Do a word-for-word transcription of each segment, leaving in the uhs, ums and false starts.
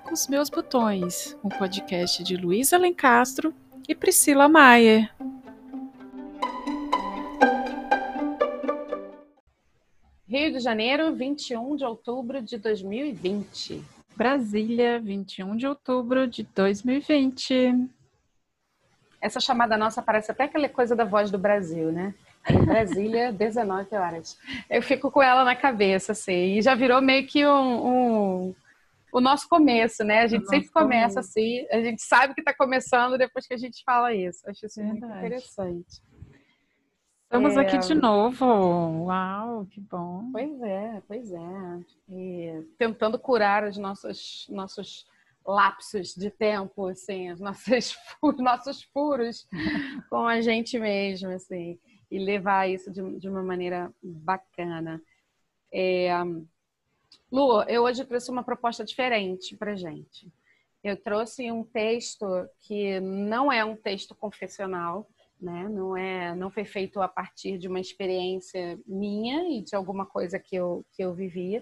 com os meus botões, um podcast de Luísa Lencastro e Priscila Maier. Rio de Janeiro, vinte e um de outubro de dois mil e vinte. Brasília, vinte e um de outubro de dois mil e vinte. Essa chamada nossa parece até aquela coisa da Voz do Brasil, né? Em Brasília, dezenove horas. Eu fico com ela na cabeça, assim, e já virou meio que um, um, o nosso começo, né? A gente O sempre começa começo. assim, a gente sabe que está começando depois que a gente fala isso. Acho isso Verdade. Muito interessante. Estamos é... aqui de novo. Uau, que bom. Pois é, pois é. E tentando curar os nossos, nossos lapsos de tempo, assim, os nossos, os nossos furos com a gente mesmo, assim, e levar isso de, de uma maneira bacana. É... Lu, eu hoje trouxe uma proposta diferente pra gente. Eu trouxe um texto que não é um texto confessional, né? Não é, não foi feito a partir de uma experiência minha e de alguma coisa que eu, que eu vivia.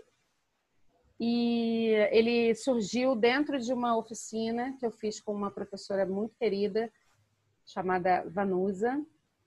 E ele surgiu dentro de uma oficina que eu fiz com uma professora muito querida, chamada Vanusa.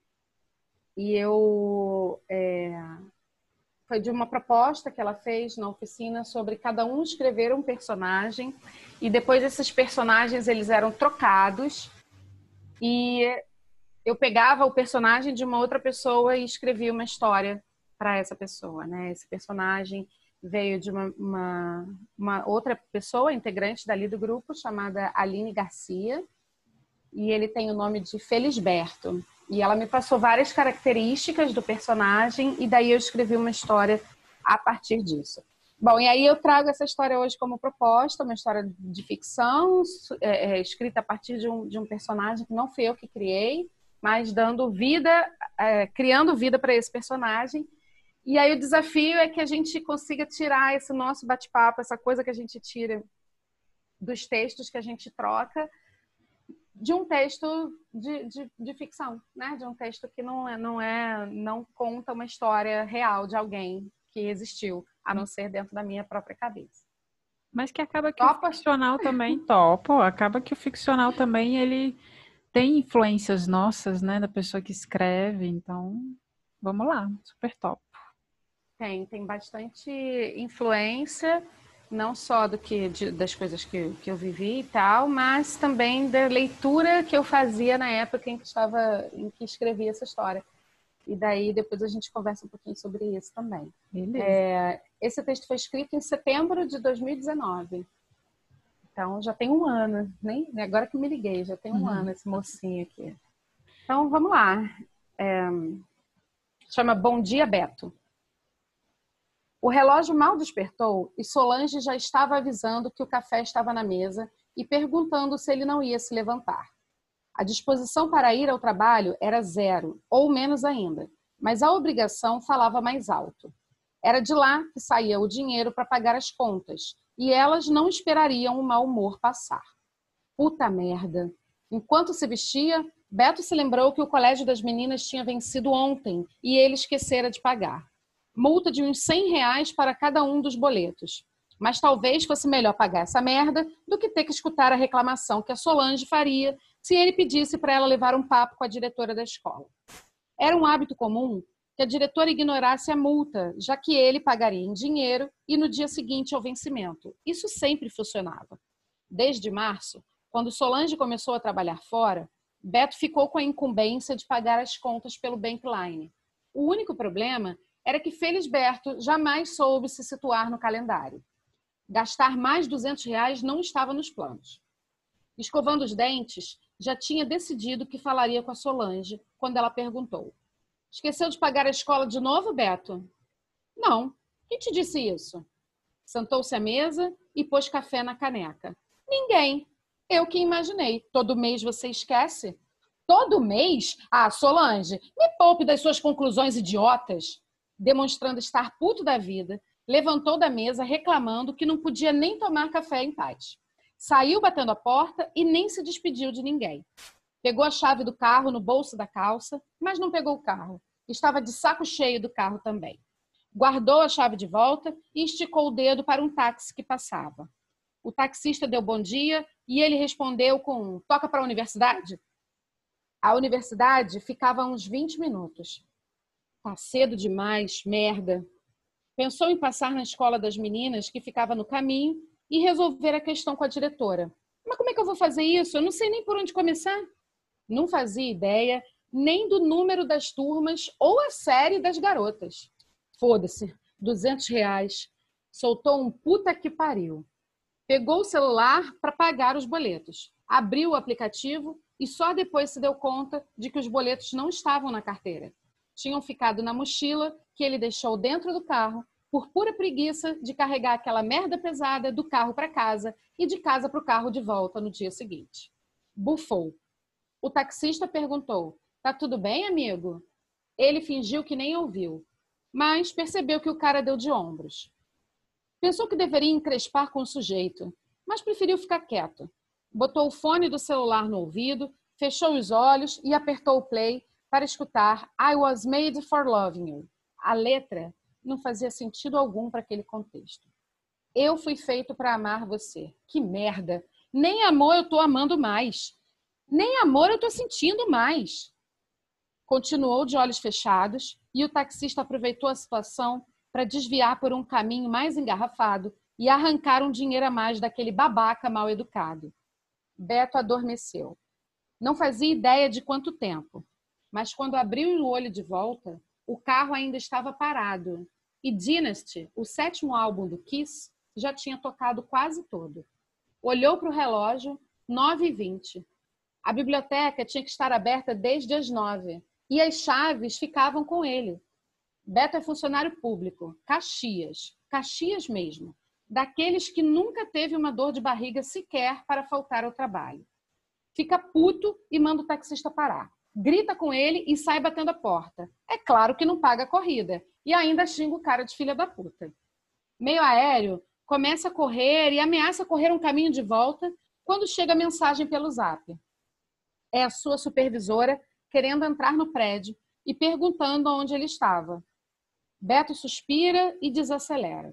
E eu... É, foi de uma proposta que ela fez na oficina sobre cada um escrever um personagem e depois esses personagens eles eram trocados e eu pegava o personagem de uma outra pessoa e escrevia uma história para essa pessoa, né? Esse personagem veio de uma, uma, uma outra pessoa, integrante dali do grupo, chamada Aline Garcia, e ele tem o nome de Felisberto. E ela me passou várias características do personagem e daí eu escrevi uma história a partir disso. Bom, e aí eu trago essa história hoje como proposta, uma história de ficção, é, é, escrita a partir de um, de um personagem que não fui eu que criei, mas dando vida, é, criando vida para esse personagem. E aí o desafio é que a gente consiga tirar esse nosso bate-papo, essa coisa que a gente tira dos textos que a gente troca, de um texto de, de, de ficção, né? De um texto que não é, não é, não conta uma história real de alguém que existiu, a não ser dentro da minha própria cabeça. Mas que acaba que Topa? O ficcional também topa, acaba que o ficcional também ele tem influências nossas, né? Da pessoa que escreve, então vamos lá, super top. Tem, tem bastante influência, não só do que, de, das coisas que, que eu vivi e tal, mas também da leitura que eu fazia na época em que estava, em que escrevi essa história. E daí depois a gente conversa um pouquinho sobre isso também. É, esse texto foi escrito em setembro de dois mil e dezenove. Então já tem um ano, nem agora que me liguei, já tem um uhum. ano esse mocinho aqui. Então vamos lá. É, chama Bom Dia, Beto. O relógio mal despertou e Solange já estava avisando que o café estava na mesa e perguntando se ele não ia se levantar. A disposição para ir ao trabalho era zero, ou menos ainda, mas a obrigação falava mais alto. Era de lá que saía o dinheiro para pagar as contas e elas não esperariam o mau humor passar. Puta merda! Enquanto se vestia, Beto se lembrou que o colégio das meninas tinha vencido ontem e ele esquecera de pagar. Multa de uns cem reais para cada um dos boletos. Mas talvez fosse melhor pagar essa merda do que ter que escutar a reclamação que a Solange faria se ele pedisse para ela levar um papo com a diretora da escola. Era um hábito comum que a diretora ignorasse a multa, já que ele pagaria em dinheiro e no dia seguinte ao vencimento. Isso sempre funcionava. Desde março, quando Solange começou a trabalhar fora, Beto ficou com a incumbência de pagar as contas pelo Bankline. O único problema era que Felisberto jamais soube se situar no calendário. Gastar mais duzentos reais não estava nos planos. Escovando os dentes, já tinha decidido que falaria com a Solange quando ela perguntou: esqueceu de pagar a escola de novo, Beto? Não. Quem te disse isso? Sentou-se à mesa e pôs café na caneca. Ninguém. Eu que imaginei. Todo mês você esquece? Todo mês? Ah, Solange, me poupe das suas conclusões idiotas. Demonstrando estar puto da vida, levantou da mesa reclamando que não podia nem tomar café em paz. Saiu batendo a porta e nem se despediu de ninguém. Pegou a chave do carro no bolso da calça, mas não pegou o carro. Estava de saco cheio do carro também. Guardou a chave de volta e esticou o dedo para um táxi que passava. O taxista deu bom dia e ele respondeu com toca para a universidade. A universidade ficava a uns vinte minutos. Tá cedo demais, merda. Pensou em passar na escola das meninas, que ficava no caminho, e resolver a questão com a diretora. Mas como é que eu vou fazer isso? Eu não sei nem por onde começar. Não fazia ideia nem do número das turmas ou a série das garotas. Foda-se, duzentos reais. Soltou um puta que pariu. Pegou o celular para pagar os boletos. Abriu o aplicativo e só depois se deu conta de que os boletos não estavam na carteira. Tinham ficado na mochila que ele deixou dentro do carro por pura preguiça de carregar aquela merda pesada do carro para casa e de casa para o carro de volta no dia seguinte. Bufou. O taxista perguntou, tá tudo bem, amigo? Ele fingiu que nem ouviu, mas percebeu que o cara deu de ombros. Pensou que deveria encrespar com o sujeito, mas preferiu ficar quieto. Botou o fone do celular no ouvido, fechou os olhos e apertou o play para escutar I Was Made for Loving You. A letra não fazia sentido algum para aquele contexto. Eu fui feito para amar você. Que merda! Nem amor eu tô amando mais. Nem amor eu tô sentindo mais. Continuou de olhos fechados e o taxista aproveitou a situação para desviar por um caminho mais engarrafado e arrancar um dinheiro a mais daquele babaca mal educado. Beto adormeceu. Não fazia ideia de quanto tempo, mas quando abriu o olho de volta, o carro ainda estava parado e Dynasty, o sétimo álbum do Kiss, já tinha tocado quase todo. Olhou para o relógio, nove e vinte. A biblioteca tinha que estar aberta desde as nove e as chaves ficavam com ele. Beto é funcionário público, Caxias, Caxias mesmo, daqueles que nunca teve uma dor de barriga sequer para faltar ao trabalho. Fica puto e manda o taxista parar. Grita com ele e sai batendo a porta. É claro que não paga a corrida e ainda xinga o cara de filha da puta. Meio aéreo, começa a correr e ameaça correr um caminho de volta quando chega a mensagem pelo zap. É a sua supervisora querendo entrar no prédio e perguntando onde ele estava. Beto suspira e desacelera.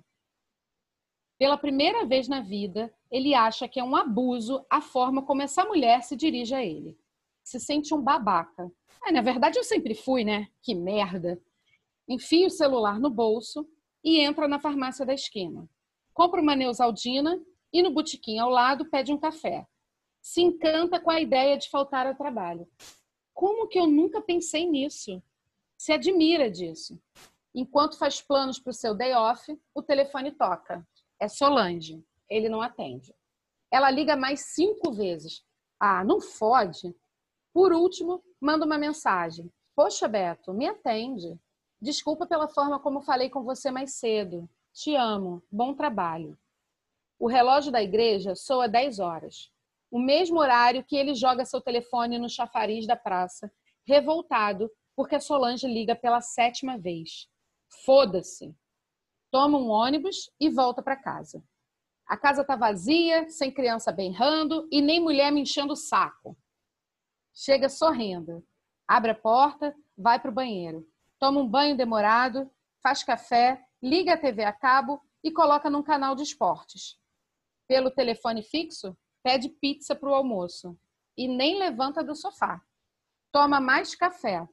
Pela primeira vez na vida, ele acha que é um abuso a forma como essa mulher se dirige a ele. Se sente um babaca. É, na verdade, eu sempre fui, né? Que merda. Enfia o celular no bolso e entra na farmácia da esquina. Compra uma Neosaldina e no botequim ao lado pede um café. Se encanta com a ideia de faltar ao trabalho. Como que eu nunca pensei nisso? Se admira disso. Enquanto faz planos para o seu day off, o telefone toca. É Solange. Ele não atende. Ela liga mais cinco vezes. Ah, não fode. Por último, manda uma mensagem. Poxa, Beto, me atende. Desculpa pela forma como falei com você mais cedo. Te amo. Bom trabalho. O relógio da igreja soa dez horas. O mesmo horário que ele joga seu telefone no chafariz da praça, revoltado porque a Solange liga pela sétima vez. Foda-se. Toma um ônibus e volta para casa. A casa tá vazia, sem criança berrando e nem mulher me enchendo o saco. Chega sorrindo. Abre a porta, vai para o banheiro. Toma um banho demorado, faz café, liga a T V a cabo e coloca num canal de esportes. Pelo telefone fixo, pede pizza para o almoço e nem levanta do sofá. Toma mais café.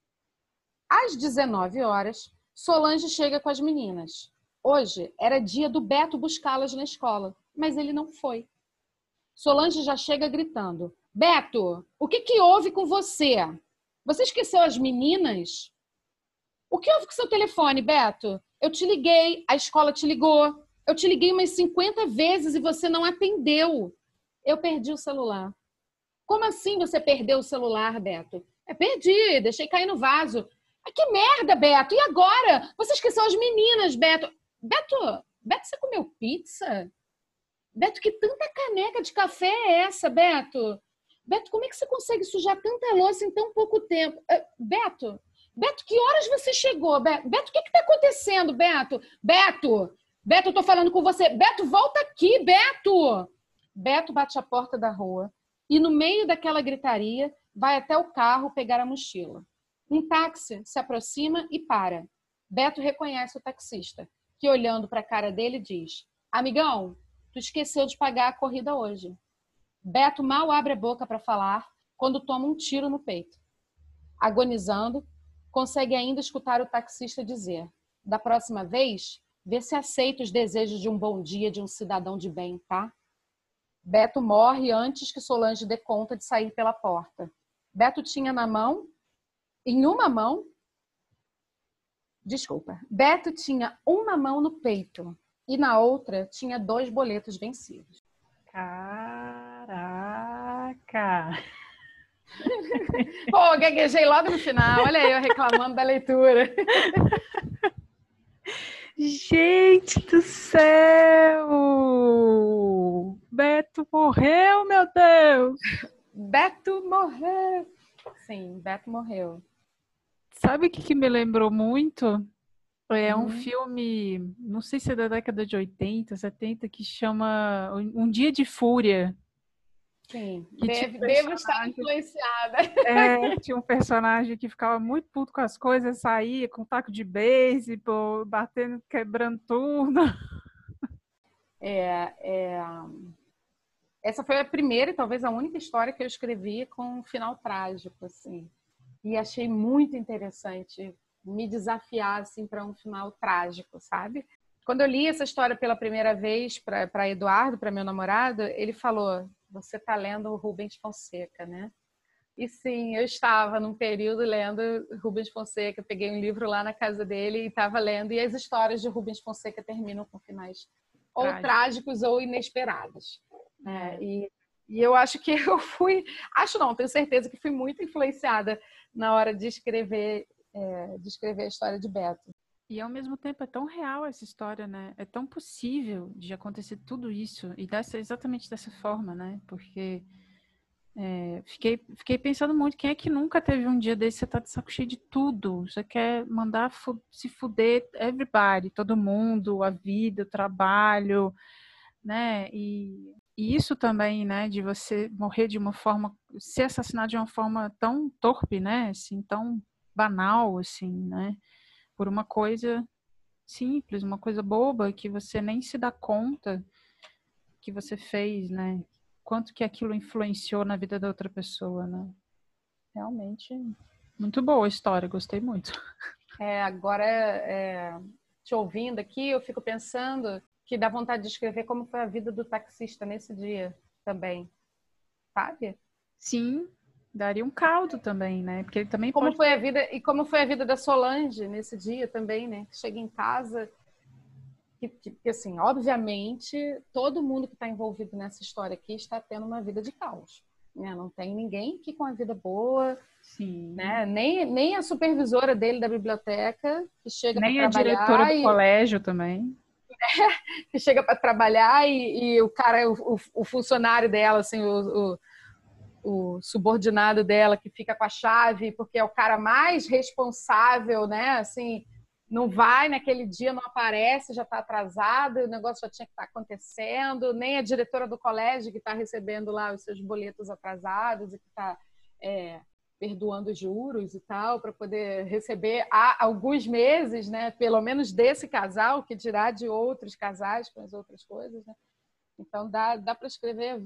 Às dezenove horas, Solange chega com as meninas. Hoje era dia do Beto buscá-las na escola, mas ele não foi. Solange já chega gritando. Beto, o que que houve com você? Você esqueceu as meninas? O que houve com seu telefone, Beto? Eu te liguei, a escola te ligou. Eu te liguei umas cinquenta vezes e você não atendeu. Eu perdi o celular. Como assim você perdeu o celular, Beto? É, perdi, deixei cair no vaso. Ah, que merda, Beto! E agora? Você esqueceu as meninas, Beto. Beto, Beto, você comeu pizza? Beto, que tanta caneca de café é essa, Beto? Beto, como é que você consegue sujar tanta louça em tão pouco tempo? Uh, Beto, Beto, que horas você chegou? Beto, Beto o que está acontecendo, Beto? Beto, Beto, eu tô falando com você. Beto, volta aqui, Beto! Beto bate a porta da rua e no meio daquela gritaria vai até o carro pegar a mochila. Um táxi se aproxima e para. Beto reconhece o taxista, que olhando para a cara dele diz: Amigão, Tu esqueceu de pagar a corrida hoje. Beto mal abre a boca para falar quando toma um tiro no peito. Agonizando, consegue ainda escutar o taxista dizer: da próxima vez, vê se aceita os desejos de um bom dia de um cidadão de bem, tá? Beto morre antes que Solange dê conta de sair pela porta. Beto tinha na mão, em uma mão, desculpa, Beto tinha uma mão no peito e na outra tinha dois boletos vencidos. Caraca! Pô, gaguejei logo no final. Olha aí, eu reclamando da leitura. Gente do céu! Beto morreu, meu Deus! Beto morreu! Sim, Beto morreu. Sabe o que, que me lembrou muito? É um Uhum. filme, não sei se é da década de oitenta, setenta, que chama Um Dia de Fúria. Sim, Que deve, tinha um devo estar personagem, influenciada. é, tinha um personagem que ficava muito puto com as coisas, saía com taco de beisebol, batendo, quebrando tudo. É, é... Essa foi a primeira e talvez a única história que eu escrevi com um final trágico, assim. E achei muito interessante me desafiar assim para um final trágico, sabe? Quando eu li essa história pela primeira vez para Eduardo, para meu namorado, ele falou: você está lendo o Rubens Fonseca, né? E sim, eu estava num período lendo Rubens Fonseca, peguei um livro lá na casa dele e estava lendo, e as histórias de Rubens Fonseca terminam com finais ou Trágico. trágicos ou inesperados. É. É, e, e eu acho que eu fui, acho não, tenho certeza que fui muito influenciada na hora de escrever, é, de escrever a história de Beto. E ao mesmo tempo é tão real essa história, né? É tão possível de acontecer tudo isso e dessa, exatamente dessa forma, né? Porque é, fiquei, fiquei pensando muito, quem é que nunca teve um dia desse, você tá de saco cheio de tudo, você quer mandar fu- se fuder everybody, todo mundo, a vida, o trabalho, né? E, e isso também, né, de você morrer de uma forma, ser assassinado de uma forma tão torpe, né? Assim, tão banal, assim, né? Por uma coisa simples, uma coisa boba que você nem se dá conta que você fez, né? Quanto que aquilo influenciou na vida da outra pessoa, né? Realmente, muito boa a história, gostei muito. É, agora, é, te ouvindo aqui, eu fico pensando que dá vontade de escrever como foi a vida do taxista nesse dia também, sabe? Sim, daria um caldo também, né? Porque ele também Como pode foi a ter... vida e como foi a vida da Solange nesse dia também, né? Chega em casa, que, que, que assim, obviamente, todo mundo que está envolvido nessa história aqui está tendo uma vida de caos, né? Não tem ninguém que com a vida boa, Sim. né? Nem, nem a supervisora dele da biblioteca que chega para Nem a diretora trabalhar do e colégio também. que chega para trabalhar e, e, o cara, o, o, funcionário dela, assim, o, o, o subordinado dela que fica com a chave, porque é o cara mais responsável, né? Assim, não vai naquele dia, não aparece, já está atrasado, o negócio já tinha que estar acontecendo, nem a diretora do colégio que está recebendo lá os seus boletos atrasados e que está é, perdoando juros e tal, para poder receber há alguns meses, né? Pelo menos desse casal, que dirá de outros casais com as outras coisas, né? Então dá, dá para escrever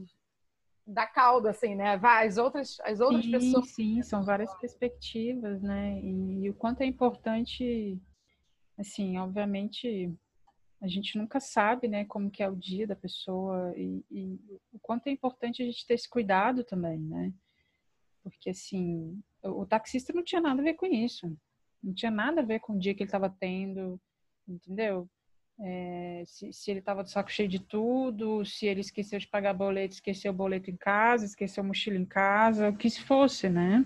da caldo, assim, né? Vai, as outras, as outras Sim, pessoas. sim, são várias perspectivas, né? E, e o quanto é importante, assim, obviamente, a gente nunca sabe, né, como que é o dia da pessoa e, e o quanto é importante a gente ter esse cuidado também, né? Porque, assim, o, o taxista não tinha nada a ver com isso. Não tinha nada a ver com o dia que ele estava tendo, entendeu? É, se, se ele estava de saco cheio de tudo, se ele esqueceu de pagar boleto, esqueceu o boleto em casa, esqueceu a mochila em casa, o que se fosse, né?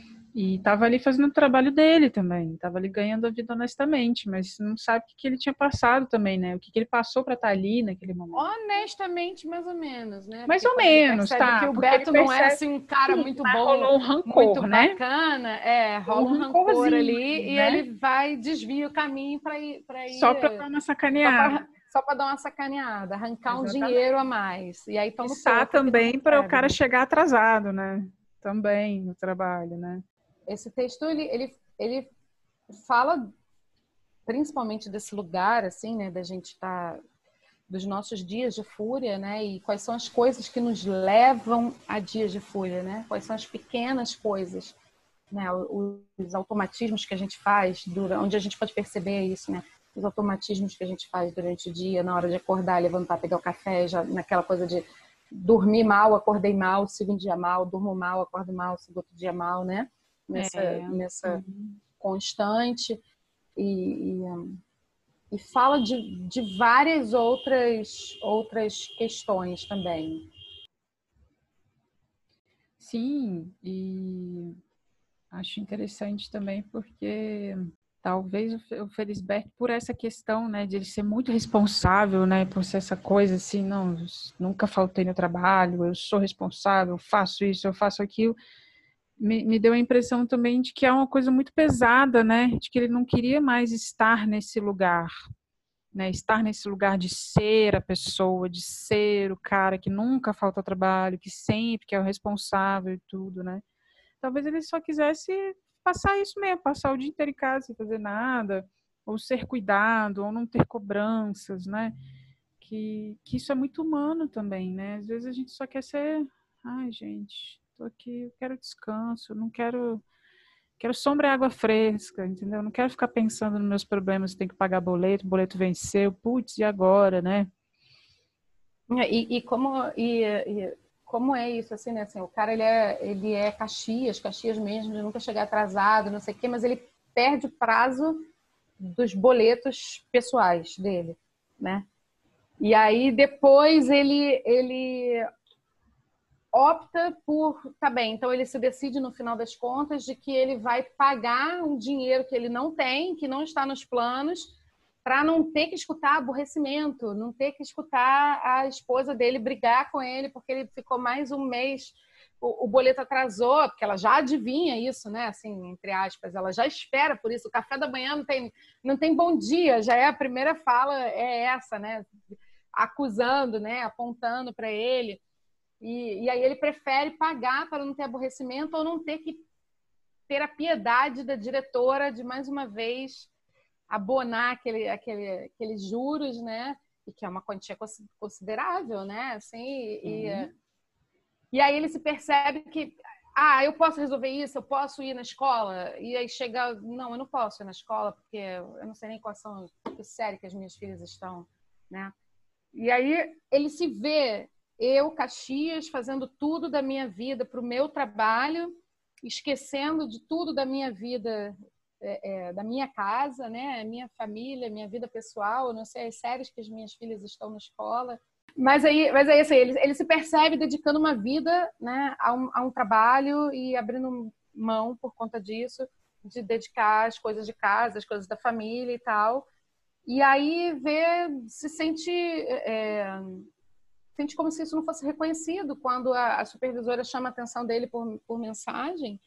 E estava ali fazendo o trabalho dele também, estava ali ganhando a vida honestamente, mas não sabe o que, que ele tinha passado também, né? O que, que ele passou para estar ali naquele momento. Honestamente, mais ou menos, né? Mais Porque ou quando ele menos, percebe que tá? o Porque ele Beto não é percebe, assim um cara sim, muito mas bom, rolou um muito rancor, né? bacana, é, Um rola um rancor rancorzinho ali ali, e né? ele vai desvia o caminho para ir para Só para dar ir uma só sacaneada. para só para dar uma sacaneada, arrancar um dinheiro Exatamente. a mais. E aí toma no Quiçá corpo que não também para o recebe, cara né? chegar atrasado, né? Também no trabalho, né? Esse texto ele, ele, ele fala principalmente desse lugar assim, né, da gente estar dos nossos dias de fúria, né? E quais são as coisas que nos levam a dias de fúria, né? Quais são as pequenas coisas, né? Os automatismos que a gente faz, durante, onde a gente pode perceber isso, né? Os automatismos que a gente faz durante o dia, na hora de acordar, levantar, pegar o café, já naquela coisa de dormir mal, acordei mal, segundo dia mal, durmo mal, acordo mal, segundo dia mal, né? Nessa, É. nessa Uhum. constante e, e um, E fala de, de várias outras, outras questões também. Sim, e acho interessante também porque talvez o Felisberto, por essa questão, né, de ele ser muito responsável, né, por ser essa coisa assim, não, nunca faltei no trabalho, eu sou responsável, eu faço isso, eu faço aquilo, me, me deu a impressão também de que é uma coisa muito pesada, né, de que ele não queria mais estar nesse lugar, né, estar nesse lugar de ser a pessoa, de ser o cara que nunca falta ao trabalho, que sempre que é o responsável e tudo, né? Talvez ele só quisesse passar isso mesmo, passar o dia inteiro em casa sem fazer nada, ou ser cuidado, ou não ter cobranças, né? Que, que isso é muito humano também, né? Às vezes a gente só quer ser, ai, gente, tô aqui, eu quero descanso, não quero Quero sombra e água fresca, entendeu? Não quero ficar pensando nos meus problemas, tenho que pagar boleto, o boleto venceu, putz, e agora, né? E, e, como, e, e como é isso, assim, né? Assim, o cara, ele é, ele é Caxias, Caxias mesmo, de nunca chegar atrasado, não sei o quê, mas ele perde o prazo dos boletos pessoais dele, né? E aí, depois, ele, ele opta por, tá bem, então ele se decide no final das contas de que ele vai pagar um dinheiro que ele não tem, que não está nos planos, para não ter que escutar aborrecimento, não ter que escutar a esposa dele brigar com ele porque ele ficou mais um mês, o, o boleto atrasou, porque ela já adivinha isso, né? Assim, entre aspas, ela já espera por isso. O café da manhã não tem, não tem bom dia, já é a primeira fala, é essa, né? Acusando, né? Apontando para ele. E, e aí ele prefere pagar para não ter aborrecimento ou não ter que ter a piedade da diretora de, mais uma vez, abonar aquele, aquele, aqueles juros, né? E que é uma quantia considerável, né? Assim, e, Uhum. e aí ele se percebe que, ah, eu posso resolver isso, eu posso ir na escola. E aí chega, não, eu não posso ir na escola porque eu não sei nem quais são, que série que as minhas filhas estão, né? E aí ele se vê, eu, Caxias, fazendo tudo da minha vida para o meu trabalho, esquecendo de tudo da minha vida, é, é, da minha casa, né? Minha família, minha vida pessoal, não sei as séries que as minhas filhas estão na escola. Mas aí, mas aí assim, ele, ele se percebe dedicando uma vida, né, a, um, a um trabalho e abrindo mão por conta disso, de dedicar as coisas de casa, as coisas da família e tal. E aí vê, se sente, é, sente como se isso não fosse reconhecido quando a, a supervisora chama a atenção dele por, por mensagem.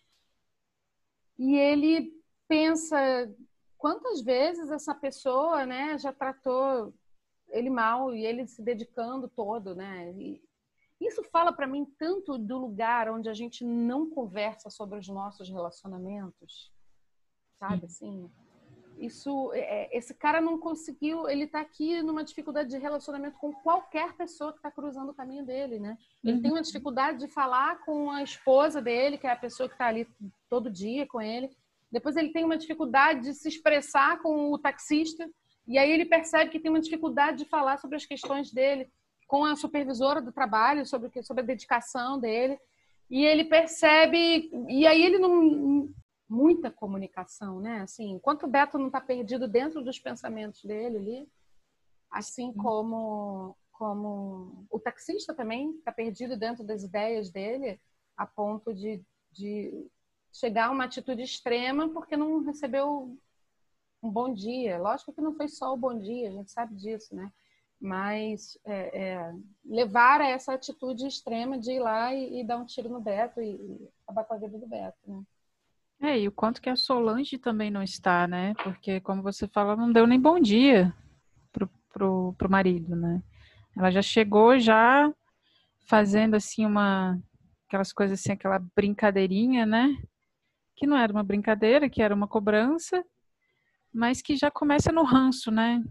E ele pensa quantas vezes essa pessoa, né, já tratou ele mal e ele se dedicando todo, né? E isso fala para mim tanto do lugar onde a gente não conversa sobre os nossos relacionamentos, sabe, assim? Isso, esse cara não conseguiu, ele tá aqui numa dificuldade de relacionamento com qualquer pessoa que está cruzando o caminho dele, né? Ele Uhum. tem uma dificuldade de falar com a esposa dele, que é a pessoa que está ali todo dia com ele. Depois ele tem uma dificuldade de se expressar com o taxista, e aí ele percebe que tem uma dificuldade de falar sobre as questões dele com a supervisora do trabalho, sobre, sobre a dedicação dele. E ele percebe, e aí ele não... muita comunicação, né? Assim, enquanto o Beto não está perdido dentro dos pensamentos dele ali, assim como, como o taxista também está perdido dentro das ideias dele, a ponto de, de chegar a uma atitude extrema porque não recebeu um bom dia. Lógico que não foi só o bom dia, a gente sabe disso, né? Mas é, é, levar a essa atitude extrema de ir lá e, e dar um tiro no Beto e, e acabar com a vida do Beto, né? É, e o quanto que a Solange também não está, né? Porque, como você fala, não deu nem bom dia pro, pro, pro marido, né? Ela já chegou já fazendo, assim, uma... aquelas coisas assim, aquela brincadeirinha, né? Que não era uma brincadeira, que era uma cobrança, mas que já começa no ranço, né?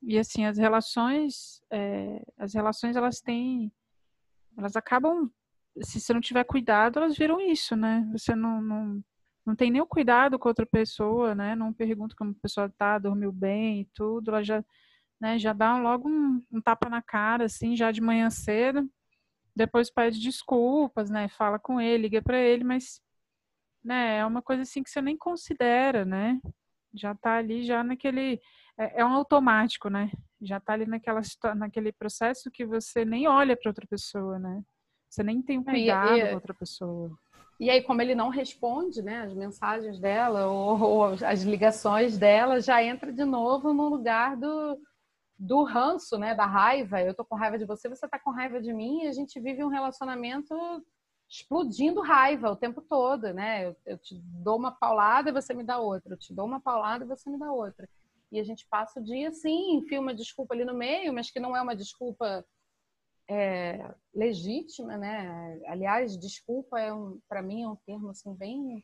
E assim, as relações, é, as relações elas têm, elas acabam, se você não tiver cuidado, elas viram isso, né? Você não, não, não tem nem o cuidado com outra pessoa, né? Não pergunta como a pessoa tá, dormiu bem e tudo, ela já, né, já dá logo um, um tapa na cara, assim, já de manhã cedo, depois pede desculpas, né? Fala com ele, liga para ele, mas, né, é uma coisa assim que você nem considera, né? Já tá ali, já naquele, é, é um automático, né? Já tá ali naquela, naquele processo que você nem olha para outra pessoa, né? Você nem tem um E, cuidado com e, outra pessoa. e aí, como ele não responde, né, as mensagens dela ou, ou as ligações dela, já entra de novo no lugar do, do ranço, né, da raiva. Eu tô com raiva de você, você tá com raiva de mim, e a gente vive um relacionamento explodindo raiva o tempo todo, né? Eu, eu te dou uma paulada e você me dá outra, eu te dou uma paulada e você me dá outra. E a gente passa o dia, sim, enfia uma desculpa ali no meio, mas que não é uma desculpa é, legítima, né? Aliás, desculpa é um, para mim é um termo assim bem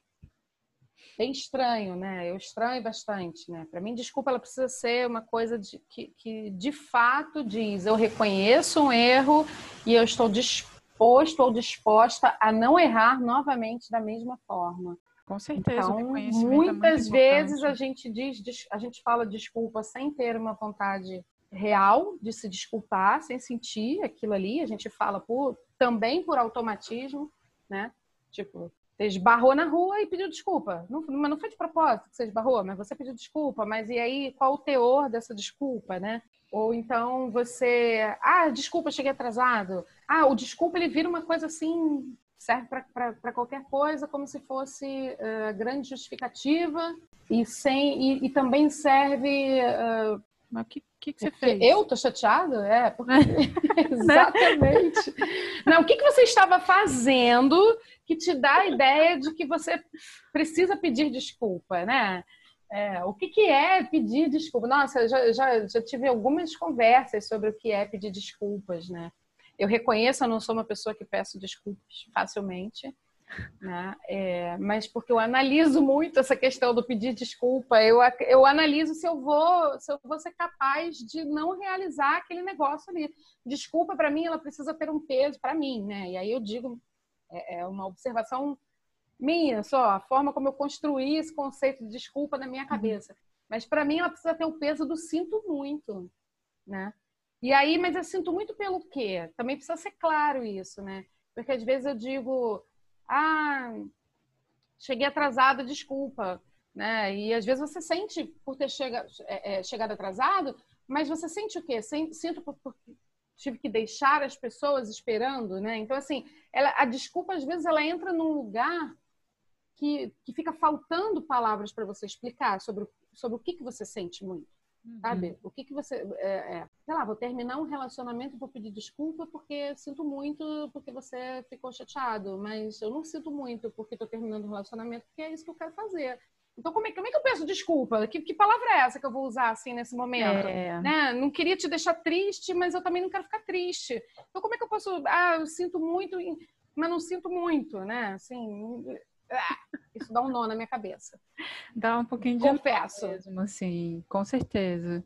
bem estranho, né? Eu estranho bastante, né? Para mim, desculpa, ela precisa ser uma coisa de, que, que de fato diz: eu reconheço um erro e eu estou disposto ou disposta a não errar novamente da mesma forma. Com certeza, o Então, reconhecimento é muito muitas vezes importante. a gente diz, a gente fala desculpa sem ter uma vontade real de se desculpar, sem sentir aquilo ali. A gente fala por, também por automatismo, né? Tipo, você esbarrou na rua e pediu desculpa. Não, mas não foi de propósito que você esbarrou, mas você pediu desculpa. Mas e aí, qual o teor dessa desculpa, né? Ou então você... Ah, desculpa, cheguei atrasado. Ah, o desculpa, ele vira uma coisa assim... Serve para qualquer coisa, como se fosse uh, grande justificativa. E, sem, e, e também serve... Uh, Mas o que, que, que você fez? Eu tô chateada? É, porque... Exatamente. Não, o que, que você estava fazendo que te dá a ideia de que você precisa pedir desculpa, né? É, o que, que é pedir desculpa? Nossa, eu já, já, já tive algumas conversas sobre o que é pedir desculpas, né? Eu reconheço, eu não sou uma pessoa que peço desculpas facilmente, né? É, mas porque eu analiso muito essa questão do pedir desculpa, eu, eu analiso se eu vou se eu vou ser capaz de não realizar aquele negócio ali. Desculpa, para mim, ela precisa ter um peso para mim, né? E aí eu digo, é, é uma observação minha só, a forma como eu construí esse conceito de desculpa na minha cabeça. Uhum. Mas para mim ela precisa ter o peso do sinto muito, né? E aí, mas eu sinto muito pelo quê? Também precisa ser claro isso, né? Porque às vezes eu digo, ah, cheguei atrasada, desculpa, né? E às vezes você sente por ter chega, é, é, chegado atrasado, mas você sente o quê? Sinto por, por tive que deixar as pessoas esperando, né? Então, assim, ela, a desculpa às vezes ela entra num lugar que, que fica faltando palavras para você explicar sobre, sobre o que, que você sente muito. Sabe? Uhum. O que que você... É, é, sei lá, vou terminar um relacionamento, vou pedir desculpa porque sinto muito porque você ficou chateado, mas eu não sinto muito porque estou terminando um relacionamento porque é isso que eu quero fazer. Então, como é, como é que eu peço desculpa? Que, que palavra é essa que eu vou usar assim nesse momento? É. Né? Não queria te deixar triste, mas eu também não quero ficar triste. Então, como é que eu posso... Ah, eu sinto muito, mas não sinto muito, né? Assim... Isso dá um nó na minha cabeça. Dá um pouquinho de confesso mesmo, assim, com certeza.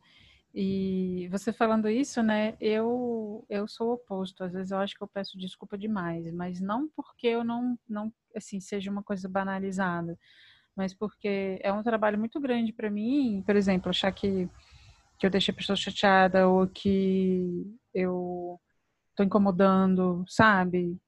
E você falando isso, né? Eu eu sou o oposto. Às vezes eu acho que eu peço desculpa demais, mas não porque eu não não assim seja uma coisa banalizada, mas porque é um trabalho muito grande para mim. Por exemplo, achar que que eu deixei a pessoa chateada ou que eu tô incomodando, sabe?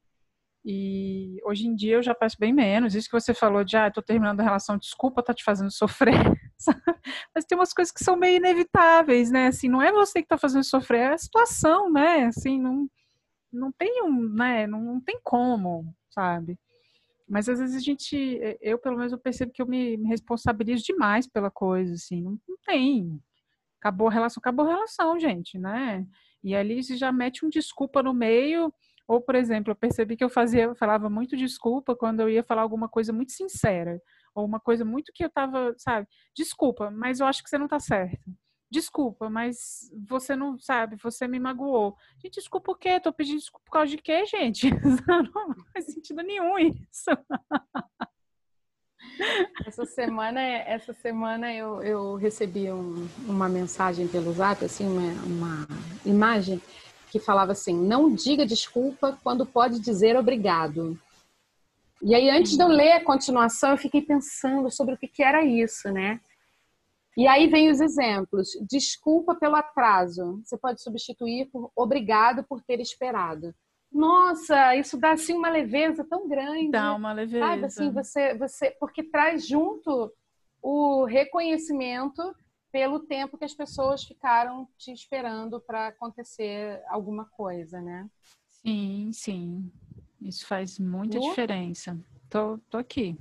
E hoje em dia eu já peço bem menos. Isso que você falou de, ah, tô terminando a relação, desculpa, tá te fazendo sofrer. Mas tem umas coisas que são meio inevitáveis, né? Assim, não é você que tá fazendo sofrer, é a situação, né? Assim, não, não tem um, né? Não, não tem como, sabe? Mas às vezes a gente, eu pelo menos eu percebo que eu me, me responsabilizo demais pela coisa, assim, não, não tem. Acabou a relação, acabou a relação, gente, né? E ali você já mete um desculpa no meio. Ou, por exemplo, eu percebi que eu fazia, eu falava muito desculpa quando eu ia falar alguma coisa muito sincera, ou uma coisa muito que eu tava, sabe, desculpa, mas eu acho que você não tá certo. Desculpa, mas você não sabe, você me magoou. Gente, desculpa o quê? Tô pedindo desculpa por causa de quê, gente? Não faz sentido nenhum isso. Essa semana, essa semana eu, eu recebi um, uma mensagem pelo Zap, assim, uma, uma imagem que falava assim: não diga desculpa quando pode dizer obrigado. E aí, antes de eu ler a continuação, eu fiquei pensando sobre o que, que era isso, né? E aí vem os exemplos. Desculpa pelo atraso. Você pode substituir por obrigado por ter esperado. Nossa, isso dá assim uma leveza tão grande. Dá uma leveza. Sabe, assim, você, você, porque traz junto o reconhecimento pelo tempo que as pessoas ficaram te esperando para acontecer alguma coisa, né? Sim, sim. Isso faz muita Lu? diferença. Tô, tô aqui.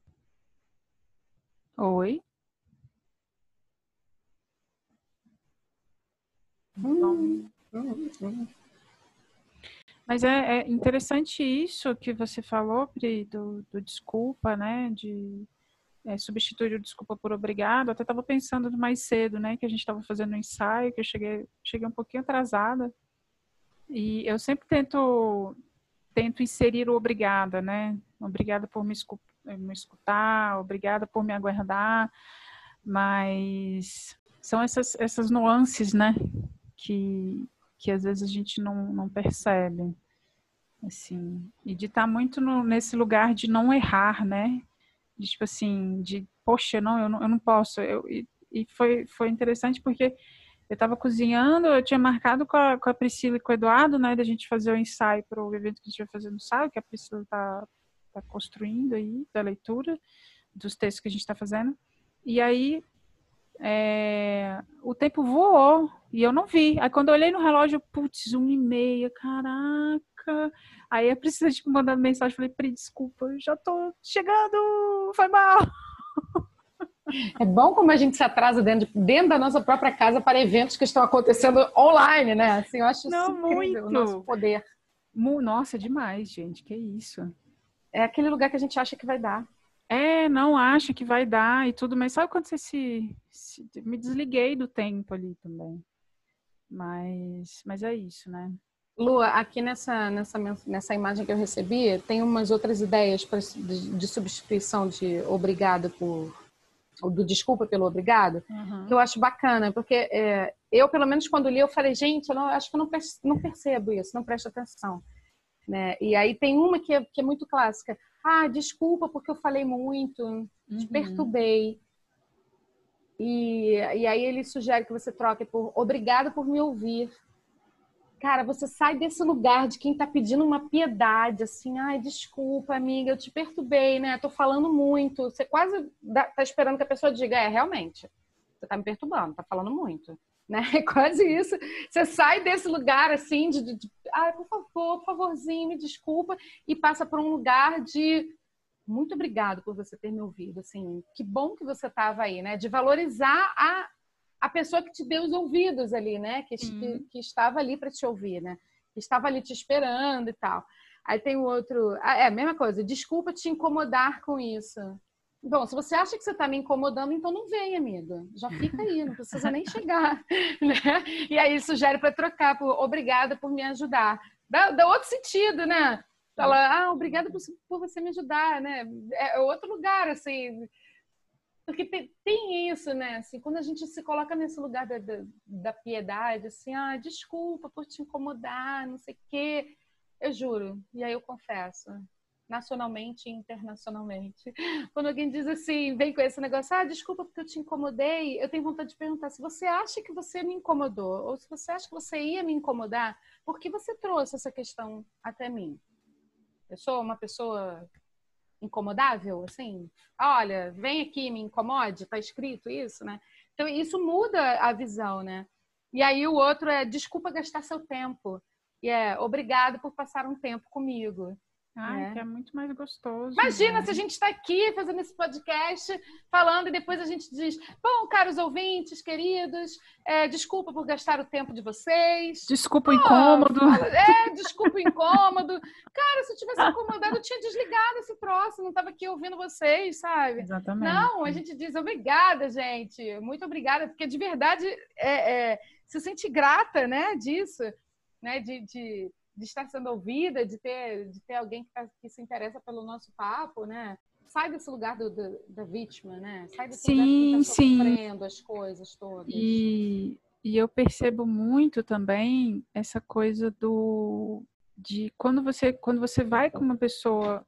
Oi? Hum, hum, hum. Mas é, é interessante isso que você falou, Pri, do, do desculpa, né? De é, substituir o desculpa por obrigado. Eu até estava pensando mais cedo, né? Que a gente estava fazendo um ensaio, que eu cheguei, cheguei um pouquinho atrasada. E eu sempre tento, tento inserir o obrigada, né? Obrigada por me, escu me escutar, obrigada por me aguardar. Mas são essas, essas nuances, né? Que, que às vezes a gente não, não percebe. Assim, e de estar muito no, nesse lugar de não errar, né? De, tipo assim, de, poxa, não, eu não, eu não posso. Eu, e e foi, foi interessante porque eu estava cozinhando, eu tinha marcado com a, com a Priscila e com o Eduardo, né, da gente fazer o ensaio para o evento que a gente vai fazer no sábado, que a Priscila está tá construindo aí, da leitura dos textos que a gente está fazendo. E aí, é, o tempo voou e eu não vi. Aí quando eu olhei no relógio, putz, uma e meia, caraca. Aí a Priscila, tipo, mandando mensagem, falei, Pri, desculpa, já tô chegando, foi mal. É bom como a gente se atrasa dentro, de, dentro da nossa própria casa para eventos que estão acontecendo online, né? Assim, eu acho isso Não, incrível, o nosso muito. poder. Nossa, demais, gente, que isso. É aquele lugar que a gente acha que vai dar. É, não acha que vai dar e tudo, mas sabe quando você se, se... Me desliguei do tempo ali também. Mas, mas é isso, né? Lua, aqui nessa, nessa, nessa imagem que eu recebi, tem umas outras ideias pra, de, de substituição de obrigado por... ou do desculpa pelo obrigado, Uhum. que eu acho bacana, porque é, eu, pelo menos, quando li, eu falei, gente, eu não, acho que eu não, não percebo isso, não presto atenção. Né? E aí tem uma que é, que é muito clássica. Ah, desculpa porque eu falei muito, te Uhum. perturbei. E, e aí ele sugere que você troque por obrigado por me ouvir. Cara, você sai desse lugar de quem tá pedindo uma piedade, assim, ai, desculpa, amiga, eu te perturbei, né? Tô falando muito. Você quase tá esperando que a pessoa diga, é, realmente, você tá me perturbando, tá falando muito. Né? É quase isso. Você sai desse lugar, assim, de, de, de ai, por favor, por favorzinho, me desculpa, e passa por um lugar de muito obrigado por você ter me ouvido, assim, que bom que você estava aí, né? De valorizar a a pessoa que te deu os ouvidos ali, né? Que, que, que estava ali para te ouvir, né? Que estava ali te esperando e tal. Aí tem o outro... É a mesma coisa. Desculpa te incomodar com isso. Bom, se você acha que você está me incomodando, então não vem, amiga. Já fica aí, não precisa nem chegar. Né? E aí ele sugere para trocar por obrigada por me ajudar. Dá, dá outro sentido, né? Fala, ah, obrigada por, por você me ajudar, né? É outro lugar, assim... Porque tem, tem isso, né? Assim, quando a gente se coloca nesse lugar da, da, da piedade, assim, ah, desculpa por te incomodar, não sei o quê. Eu juro, e aí eu confesso, nacionalmente e internacionalmente. Quando alguém diz assim, vem com esse negócio, ah, desculpa porque eu te incomodei, eu tenho vontade de perguntar se você acha que você me incomodou, ou se você acha que você ia me incomodar, por que você trouxe essa questão até mim? Eu sou uma pessoa... incomodável, assim, olha, vem aqui, me incomode, tá escrito isso, né? Então, isso muda a visão, né? E aí o outro é, desculpa gastar seu tempo. E é, obrigado por passar um tempo comigo. Ai, Né? que é muito mais gostoso. Imagina Né? se a gente está aqui fazendo esse podcast, falando e depois a gente diz, bom, caros ouvintes, queridos, é, desculpa por gastar o tempo de vocês. Desculpa o oh, incômodo. Fala, é, desculpa o incômodo. Cara, se eu tivesse incomodado, eu tinha desligado esse troço, não estava aqui ouvindo vocês, sabe? Exatamente. Não, a gente diz obrigada, gente, muito obrigada, porque de verdade é, é, se sente grata, né, disso, né, de... de de estar sendo ouvida, de ter, de ter alguém que, tá, que se interessa pelo nosso papo, né? sai desse lugar do, do, da vítima, né? Sai desse sim, lugar de quem tá sofrendo sim. as coisas todas. E, e eu percebo muito também essa coisa do de quando você quando você vai com uma pessoa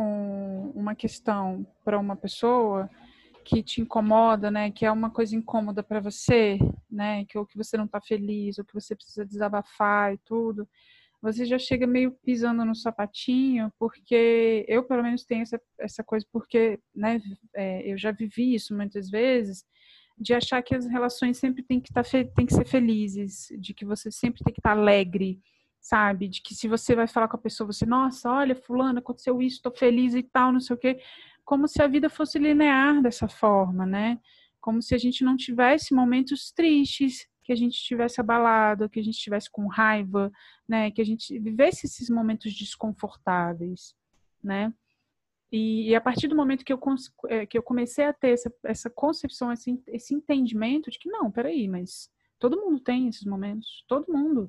com uma questão para uma pessoa que te incomoda, né, que é uma coisa incômoda para você, né, que ou que você não está feliz, ou que você precisa desabafar e tudo, você já chega meio pisando no sapatinho, porque eu pelo menos tenho essa, essa coisa, porque, né, é, eu já vivi isso muitas vezes, de achar que as relações sempre têm que, estar fe- têm que ser felizes, de que você sempre tem que estar alegre, sabe? De que se você vai falar com a pessoa, você, nossa, olha, fulano, aconteceu isso, estou feliz e tal, não sei o quê, como se a vida fosse linear dessa forma, né? Como se a gente não tivesse momentos tristes, que a gente estivesse abalado, que a gente estivesse com raiva, né? Que a gente vivesse esses momentos desconfortáveis, né? E, e a partir do momento que eu, que eu comecei a ter essa, essa concepção, esse, esse entendimento de que não, peraí, mas todo mundo tem esses momentos, todo mundo.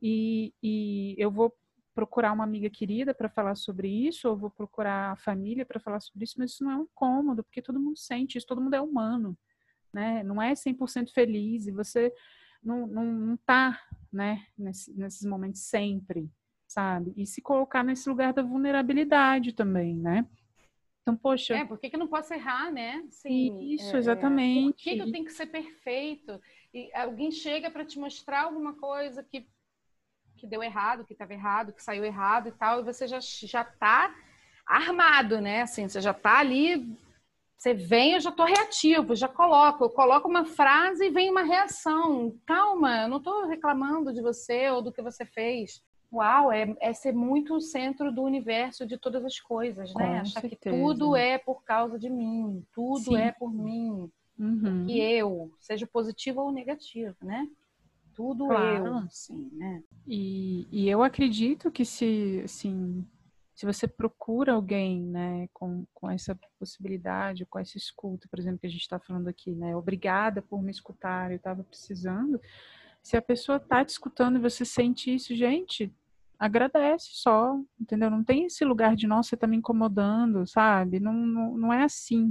E, e eu vou procurar uma amiga querida para falar sobre isso, ou vou procurar a família para falar sobre isso, mas isso não é um incômodo, porque todo mundo sente isso, todo mundo é humano, né? Não é cem por cento feliz, e você não, não, não tá, né, nesse, nesses momentos sempre, sabe? E se colocar nesse lugar da vulnerabilidade também, né? Então, poxa. É, por que, que eu não posso errar, né? Sim, Isso, é, é, por exatamente. que, que eu tenho que ser perfeito? E alguém chega para te mostrar alguma coisa que, que deu errado, que estava errado, que saiu errado e tal, e você já, já tá armado, né? Assim, você já tá ali, você vem, eu já tô reativo, já coloco, eu coloco uma frase e vem uma reação. Calma, eu não tô reclamando de você ou do que você fez. Uau, é, é ser muito o centro do universo de todas as coisas, né? Com Achar que certeza. tudo é por causa de mim, tudo Sim. é por mim, Uhum. porque eu, seja positivo ou negativo, né? Tudo eu, Claro. sim, né? E, e eu acredito que se, assim, se você procura alguém, né, com, com essa possibilidade, com essa escuta, por exemplo, que a gente está falando aqui, né, obrigada por me escutar, eu estava precisando. Se a pessoa está te escutando e você sente isso, gente, agradece só, entendeu? Não tem esse lugar de, nossa, você está me incomodando, sabe? Não, não, não é assim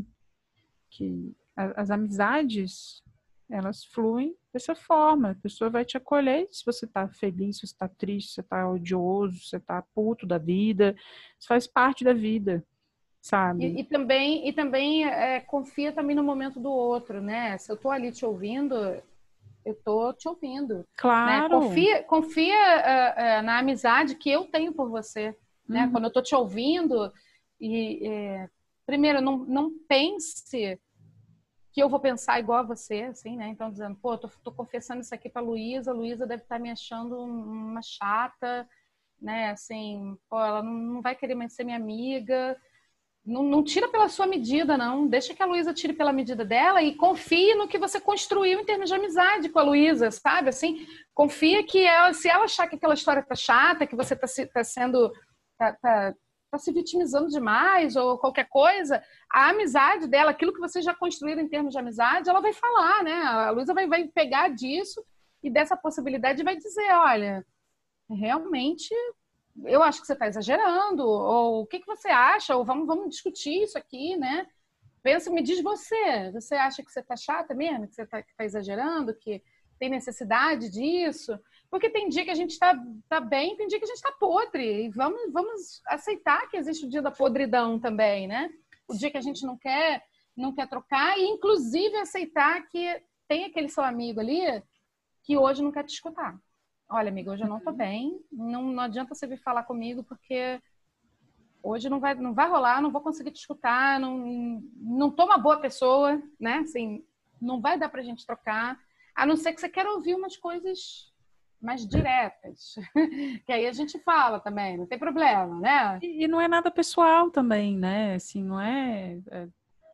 que a, as amizades, elas fluem dessa forma. A pessoa vai te acolher se você está feliz, se você está triste, se você está odioso, se você está puto da vida. Isso faz parte da vida, sabe? E, e também, e também é, confia também no momento do outro, né? Se eu tô ali te ouvindo, eu tô te ouvindo, né? Claro. Confia, confia uh, uh, na amizade que eu tenho por você, né? Uhum. Quando eu tô te ouvindo e é, primeiro não, não pense que eu vou pensar igual a você, assim, né? Então dizendo, pô, tô, tô confessando isso aqui para Luísa, Luísa deve estar me achando uma chata, né? Assim, pô, ela não, não vai querer mais ser minha amiga. Não, não tira pela sua medida, não. Deixa que a Luísa tire pela medida dela e confie no que você construiu em termos de amizade com a Luísa, sabe? Assim, confia que ela, se ela achar que aquela história tá chata, que você tá, se, tá sendo. Tá, tá, tá se vitimizando demais ou qualquer coisa, a amizade dela, aquilo que vocês já construíram em termos de amizade, ela vai falar, né? A Luísa vai, vai pegar disso e dessa possibilidade vai dizer: olha, realmente eu acho que você está exagerando, ou o que, que você acha, ou vamos, vamos discutir isso aqui, né? Pensa, me diz você, você acha que você está chata mesmo, que você está tá exagerando, que tem necessidade disso? Porque tem dia que a gente está tá bem, tem dia que a gente está podre, e vamos, vamos aceitar que existe o dia da podridão também, né? O dia que a gente não quer, não quer trocar, e inclusive aceitar que tem aquele seu amigo ali que hoje não quer te escutar. Olha, amiga, hoje eu não tô bem, não, não adianta você vir falar comigo, porque hoje não vai, não vai rolar, não vou conseguir te escutar, não, não tô uma boa pessoa, né? Assim, não vai dar pra gente trocar, a não ser que você queira ouvir umas coisas mais diretas, que aí a gente fala também, não tem problema, né? E, e não é nada pessoal também, né? Assim, não é, é,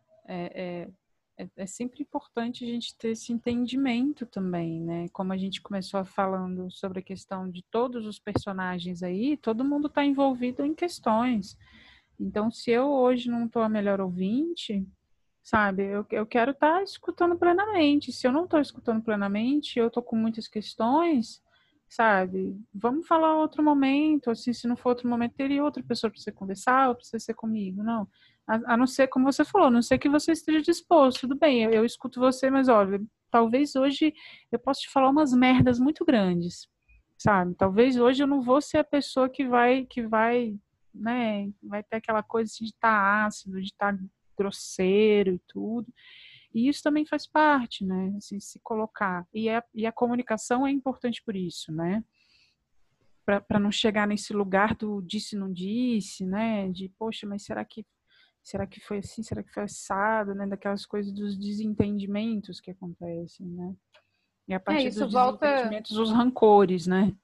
é, é, é sempre importante a gente ter esse entendimento também, né? Como a gente começou falando sobre a questão de todos os personagens aí, todo mundo está envolvido em questões. Então, se eu hoje não estou a melhor ouvinte, sabe, eu, eu quero estar tá escutando plenamente. Se eu não estou escutando plenamente, eu estou com muitas questões, sabe, vamos falar outro momento, assim, se não for outro momento, teria outra pessoa para você conversar ou para você ser comigo, não. A, a não ser, como você falou, a não ser que você esteja disposto. Tudo bem, eu, eu escuto você, mas olha, talvez hoje eu possa te falar umas merdas muito grandes, sabe? Talvez hoje eu não vou ser a pessoa que vai, que vai, né, vai ter aquela coisa assim, de estar ácido, de estar grosseiro e tudo. E isso também faz parte, né? Assim, se colocar. E a, e a comunicação é importante por isso, né? Para não chegar nesse lugar do disse não disse, né? De, poxa, mas será que será que foi assim? Será que foi assado, né? Daquelas coisas dos desentendimentos que acontecem, né? E a É, partir dos isso volta. desentendimentos, os rancores, né?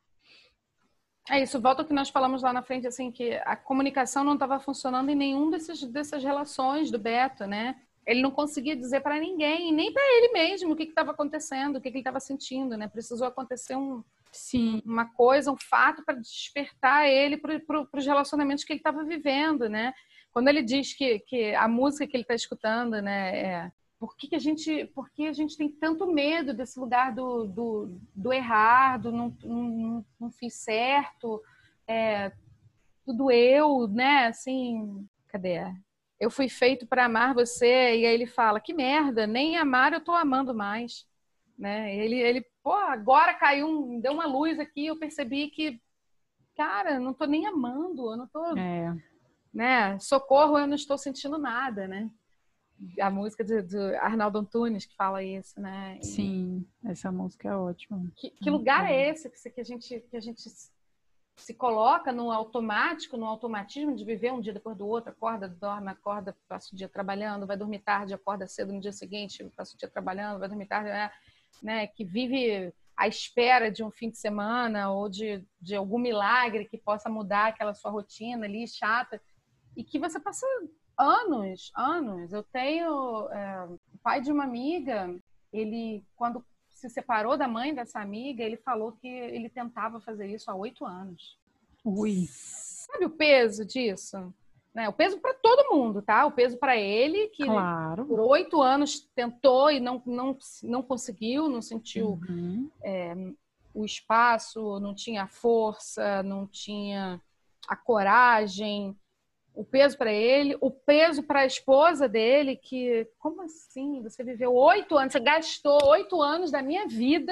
É, isso volta ao que nós falamos lá na frente, assim, que a comunicação não estava funcionando em nenhum desses, dessas relações do Beto, né? Ele não conseguia dizer para ninguém, nem para ele mesmo, o que estava acontecendo, o que, que ele estava sentindo, né? Precisou acontecer um, Sim, uma coisa, um fato para despertar ele para pro, os relacionamentos que ele estava vivendo, né? Quando ele diz que, que a música que ele está escutando, né, é por que, que a gente, por que a gente tem tanto medo desse lugar do, do, do errar, do não, não, não fiz certo, é, tudo eu, né? Assim, cadê? Eu fui feito para amar você, e aí ele fala, que merda, nem amar eu tô amando mais, né? Ele, ele, pô, agora caiu, um, deu uma luz aqui, eu percebi que, cara, não tô nem amando, eu não tô, é, né? Socorro, eu não estou sentindo nada, né? A música de, de Arnaldo Antunes que fala isso, né? E sim, essa música é ótima. que, É que muito lugar boa. é esse que a gente que a gente se coloca no automático, no automatismo de viver um dia depois do outro, acorda, dorme, acorda, passa o dia trabalhando, vai dormir tarde, acorda cedo no dia seguinte, passa o dia trabalhando, vai dormir tarde, né? né? Que vive à espera de um fim de semana ou de, de algum milagre que possa mudar aquela sua rotina ali chata e que você passa anos, anos. Eu tenho é, o pai de uma amiga, ele quando se separou da mãe dessa amiga, ele falou que ele tentava fazer isso há oito anos. Ui, Sabe o peso disso? Né? O peso para todo mundo, tá? O peso para ele, que claro. por oito anos tentou e não, não, não conseguiu, não sentiu Uhum. é, o espaço, não tinha força, não tinha a coragem, o peso para ele, o peso para a esposa dele, que, como assim? Você viveu oito anos, você gastou oito anos da minha vida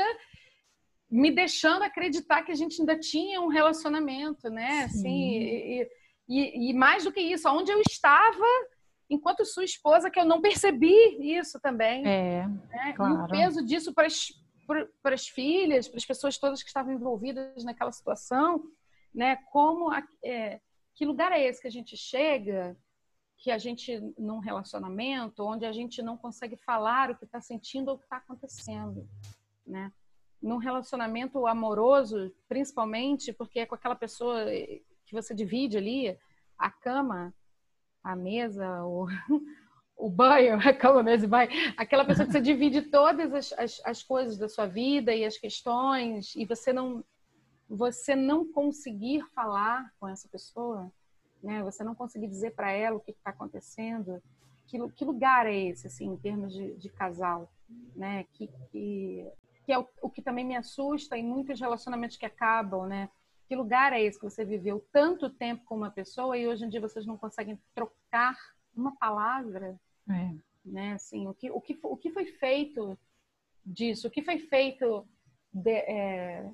me deixando acreditar que a gente ainda tinha um relacionamento, né? Assim, Sim, e, e, e mais do que isso, onde eu estava enquanto sua esposa, que eu não percebi isso também, é, né? E o claro. peso disso para as, para as filhas, para as pessoas todas que estavam envolvidas naquela situação, né? Como é, que lugar é esse que a gente chega, que a gente num relacionamento onde a gente não consegue falar o que está sentindo ou o que está acontecendo, né? Num relacionamento amoroso, principalmente, porque é com aquela pessoa que você divide ali a cama, a mesa, o, o banho, a cama, a mesa e banho, aquela pessoa que você divide todas as, as, as coisas da sua vida e as questões, e você não, você não conseguir falar com essa pessoa, né? Você não conseguir dizer para ela o que está acontecendo, que, que lugar é esse, assim, em termos de, de casal, né? Que, que, que é o, o que também me assusta em muitos relacionamentos que acabam, né? Que lugar é esse que você viveu tanto tempo com uma pessoa e hoje em dia vocês não conseguem trocar uma palavra, É, né? Assim, o que, o que, o que foi feito disso? O que foi feito de, é...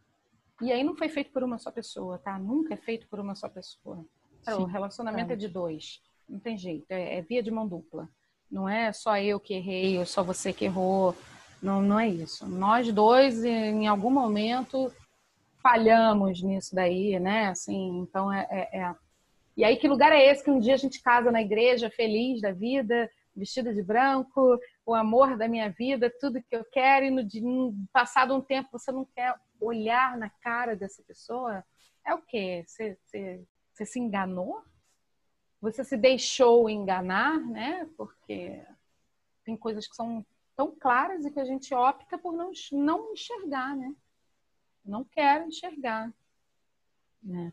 e aí não foi feito por uma só pessoa, tá? Nunca é feito por uma só pessoa. O sim, relacionamento é de verdade. dois, não tem jeito, é, é via de mão dupla. Não é só eu que errei ou só você que errou. Não, não é isso. Nós dois, em algum momento, falhamos nisso daí, né? Assim, então é, é, é. E aí, que lugar é esse que um dia a gente casa na igreja, feliz da vida, vestida de branco, o amor da minha vida, tudo que eu quero, e no, no passado um tempo você não quer olhar na cara dessa pessoa? É o quê? Você, você, você se enganou? Você se deixou enganar, né? Porque tem coisas que são tão claras e que a gente opta por não, não enxergar, né? Não quero enxergar, né?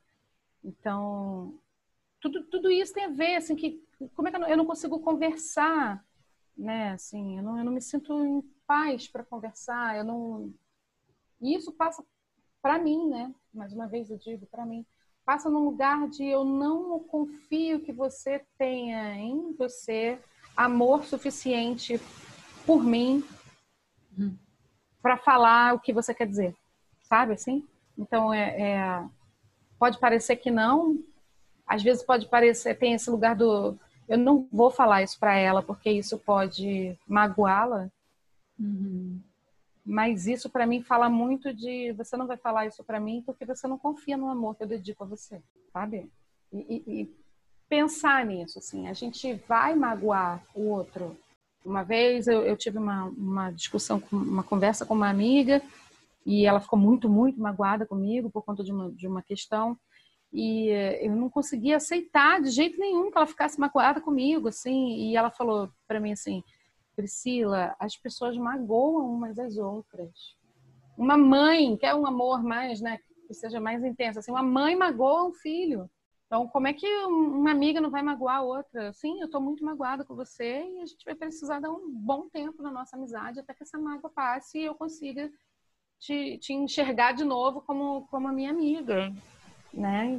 Então, tudo, tudo isso tem a ver, assim, que como é que eu não, eu não consigo conversar, né? Assim, eu não, eu não me sinto em paz para conversar, eu não... E isso passa para mim, né? Mais uma vez eu digo, para mim, passa num lugar de eu não confio que você tenha em você amor suficiente por mim Uhum. para falar o que você quer dizer, sabe assim? Então, é, é, pode parecer que não, às vezes pode parecer, tem esse lugar do eu não vou falar isso para ela porque isso pode magoá-la, Uhum. mas isso para mim fala muito de você não vai falar isso para mim porque você não confia no amor que eu dedico a você, sabe? E, e, e pensar nisso, assim, a gente vai magoar o outro. Uma vez eu, eu tive uma, uma discussão, uma conversa com uma amiga e ela ficou muito, muito magoada comigo por conta de uma, de uma questão e eu não conseguia aceitar de jeito nenhum que ela ficasse magoada comigo, assim, e ela falou para mim assim, Priscila, as pessoas magoam umas às outras. Uma mãe quer um amor mais, né, que seja mais intenso, assim, uma mãe magoa um filho. Então, como é que uma amiga não vai magoar a outra? Sim, eu estou muito magoada com você e a gente vai precisar dar um bom tempo na nossa amizade até que essa mágoa passe e eu consiga te, te enxergar de novo como, como a minha amiga, né?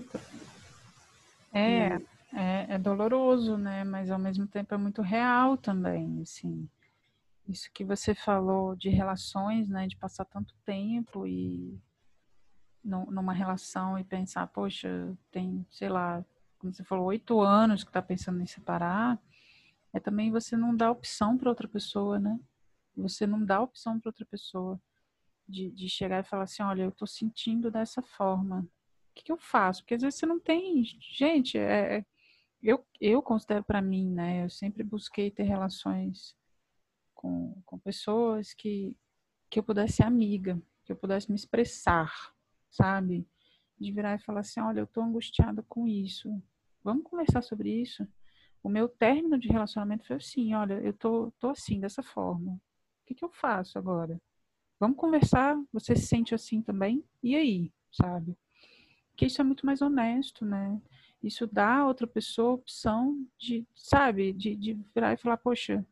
É, é, é doloroso, né? Mas ao mesmo tempo é muito real também, assim. Isso que você falou de relações, né? De passar tanto tempo e nu- numa relação e pensar, poxa, tem, sei lá, como você falou, oito anos que tá pensando em separar, é também você não dá opção para outra pessoa, né? Você não dá opção para outra pessoa de, de chegar e falar assim, olha, eu tô sentindo dessa forma. O que que eu faço? Porque às vezes você não tem, gente, é, é- eu, eu considero para mim, né? Eu sempre busquei ter relações com, com pessoas que, que eu pudesse ser amiga, que eu pudesse me expressar, sabe? De virar e falar assim, olha, eu tô angustiada com isso. Vamos conversar sobre isso? O meu término de relacionamento foi assim, olha, eu tô, tô assim, dessa forma. O que que eu faço agora? Vamos conversar? Você se sente assim também? E aí, sabe? Porque isso é muito mais honesto, né? Isso dá a outra pessoa a opção de, sabe, de, de virar e falar, poxa,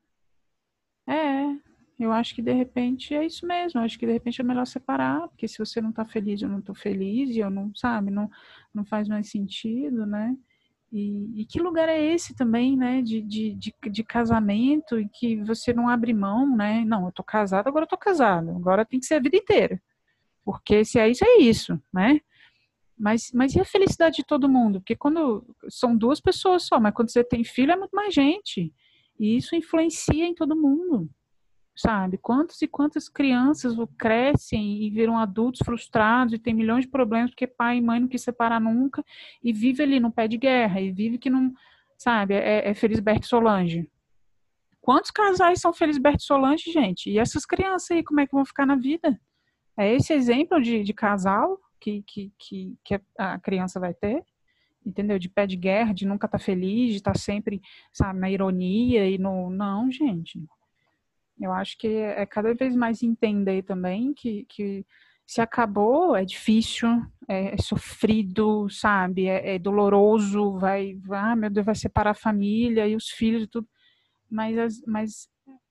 é, eu acho que de repente é isso mesmo, eu acho que de repente é melhor separar, porque se você não tá feliz, eu não tô feliz, e eu não, sabe, não, não faz mais sentido, né? E, e que lugar é esse também, né, de, de, de, de casamento, e que você não abre mão, né? Não, eu tô casada, agora eu tô casada, agora tem que ser a vida inteira, porque se é isso, é isso, né? Mas, mas e a felicidade de todo mundo? Porque quando são duas pessoas só, mas quando você tem filho é muito mais gente. E isso influencia em todo mundo, sabe? Quantas e quantas crianças crescem e viram adultos frustrados e tem milhões de problemas porque pai e mãe não quis separar nunca e vive ali no pé de guerra e vive que não, sabe? É, é Felisberto Solange. Quantos casais são Felisberto Solange, gente? E essas crianças aí, como é que vão ficar na vida? É esse exemplo de, de casal que, que, que, que a criança vai ter? Entendeu? De pé de guerra, de nunca estar tá feliz, de estar tá sempre, sabe, na ironia e no. Não, gente. Eu acho que é cada vez mais entender também que, que se acabou, é difícil, é, é sofrido, sabe? É, é doloroso, vai, vai, ah, meu Deus, vai separar a família e os filhos e tudo. Mas, as- mas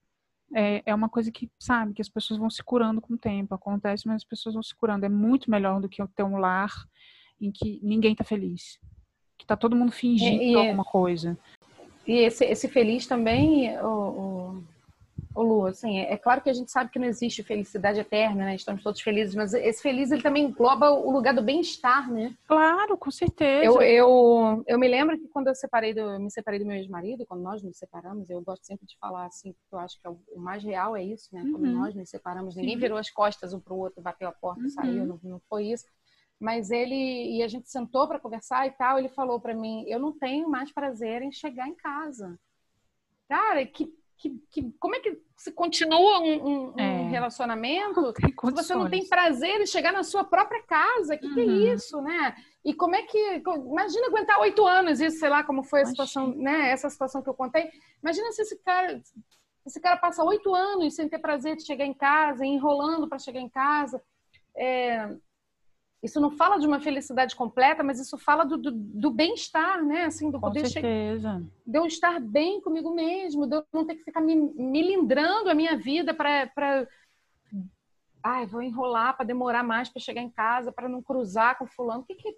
é, é uma coisa que, sabe, que as pessoas vão se curando com o tempo. Acontece, mas as pessoas vão se curando. É muito melhor do que eu ter um lar em que ninguém tá feliz. Que tá todo mundo fingindo E, e, alguma coisa. e esse, esse feliz também, o, o, o Lu, assim, é, é claro que a gente sabe que não existe felicidade eterna, né? Estamos todos felizes, mas esse feliz ele também engloba o lugar do bem-estar, né? Claro, com Eu, certeza. eu, eu me lembro que quando eu separei do, me separei do meu ex-marido, quando nós nos separamos, eu gosto sempre de falar assim, porque eu acho que é o, o mais real é isso, né? Quando Uhum, nós nos separamos, ninguém sim. virou as costas um para o outro, bateu a porta, saiu, Uhum. não, não foi isso. Mas ele, e a gente sentou para conversar e tal, ele falou para mim, eu não tenho mais prazer em chegar em casa. Cara, que, que, que, como é que se continua um, um, um É, não relacionamento tem se você não tem condições. prazer em chegar na sua própria casa? Que que é Uhum. isso, né? E como é que... Imagina aguentar oito anos isso, sei lá como foi a situação, Imagina. né? Essa situação que eu contei. Imagina se esse cara... Esse cara passa oito anos sem ter prazer de chegar em casa, enrolando para chegar em casa. É, isso não fala de uma felicidade completa, mas isso fala do, do, do bem-estar, né? Assim, do Com poder chegar certeza. de eu estar bem comigo mesmo, de eu não ter que ficar me, milindrando a minha vida para. Ai, vou enrolar para demorar mais para chegar em casa, para não cruzar com fulano. O que, que,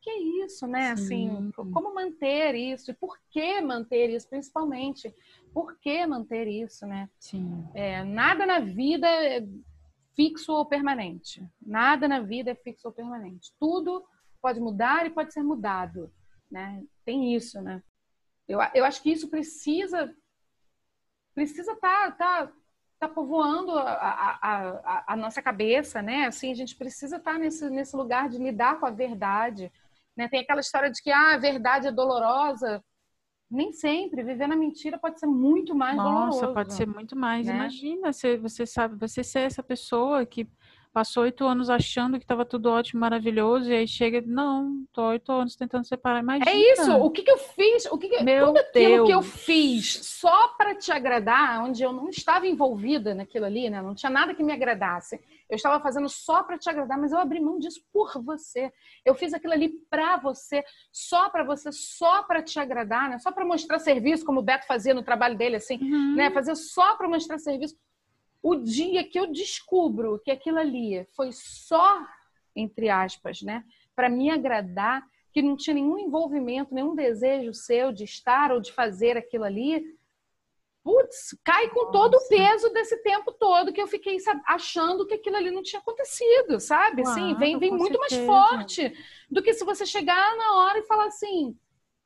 que é isso, né? Sim. Assim, como manter isso? E por que manter isso, principalmente? Por que manter isso, né? Sim. É, nada na vida é fixo ou permanente. Nada na vida é fixo ou permanente. Tudo pode mudar e pode ser mudado, né? Tem isso, né? Eu, eu acho que isso precisa precisa estar tá, tá, tá povoando a, a, a, a nossa cabeça, né? Assim, a gente precisa estar tá nesse, nesse lugar de lidar com a verdade, né? Tem aquela história de que ah, a verdade é dolorosa. Nem sempre. Viver na mentira pode ser muito mais Nossa, doloroso. pode ser muito mais. Né? Imagina, você, você sabe, você ser essa pessoa que passou oito anos achando que estava tudo ótimo, maravilhoso, e aí chega, não, tô oito anos tentando separar. É Imagina. isso. O que, que eu fiz? O que que... Meu Tudo aquilo Deus. que eu fiz só para te agradar, onde eu não estava envolvida naquilo ali, né? Não tinha nada que me agradasse. Eu estava fazendo só para te agradar, mas eu abri mão disso por você. Eu fiz aquilo ali para você, só para você, só para te agradar, né? Só para mostrar serviço, como o Beto fazia no trabalho dele, assim, Uhum. né? Fazer só para mostrar serviço. O dia que eu descubro que aquilo ali foi só, entre aspas, né? Para me agradar, que não tinha nenhum envolvimento, nenhum desejo seu de estar ou de fazer aquilo ali, putz, cai com Nossa. todo o peso desse tempo todo que eu fiquei sabe, achando que aquilo ali não tinha acontecido, sabe? Claro, assim, vem, vem muito certeza. mais forte do que se você chegar na hora e falar assim,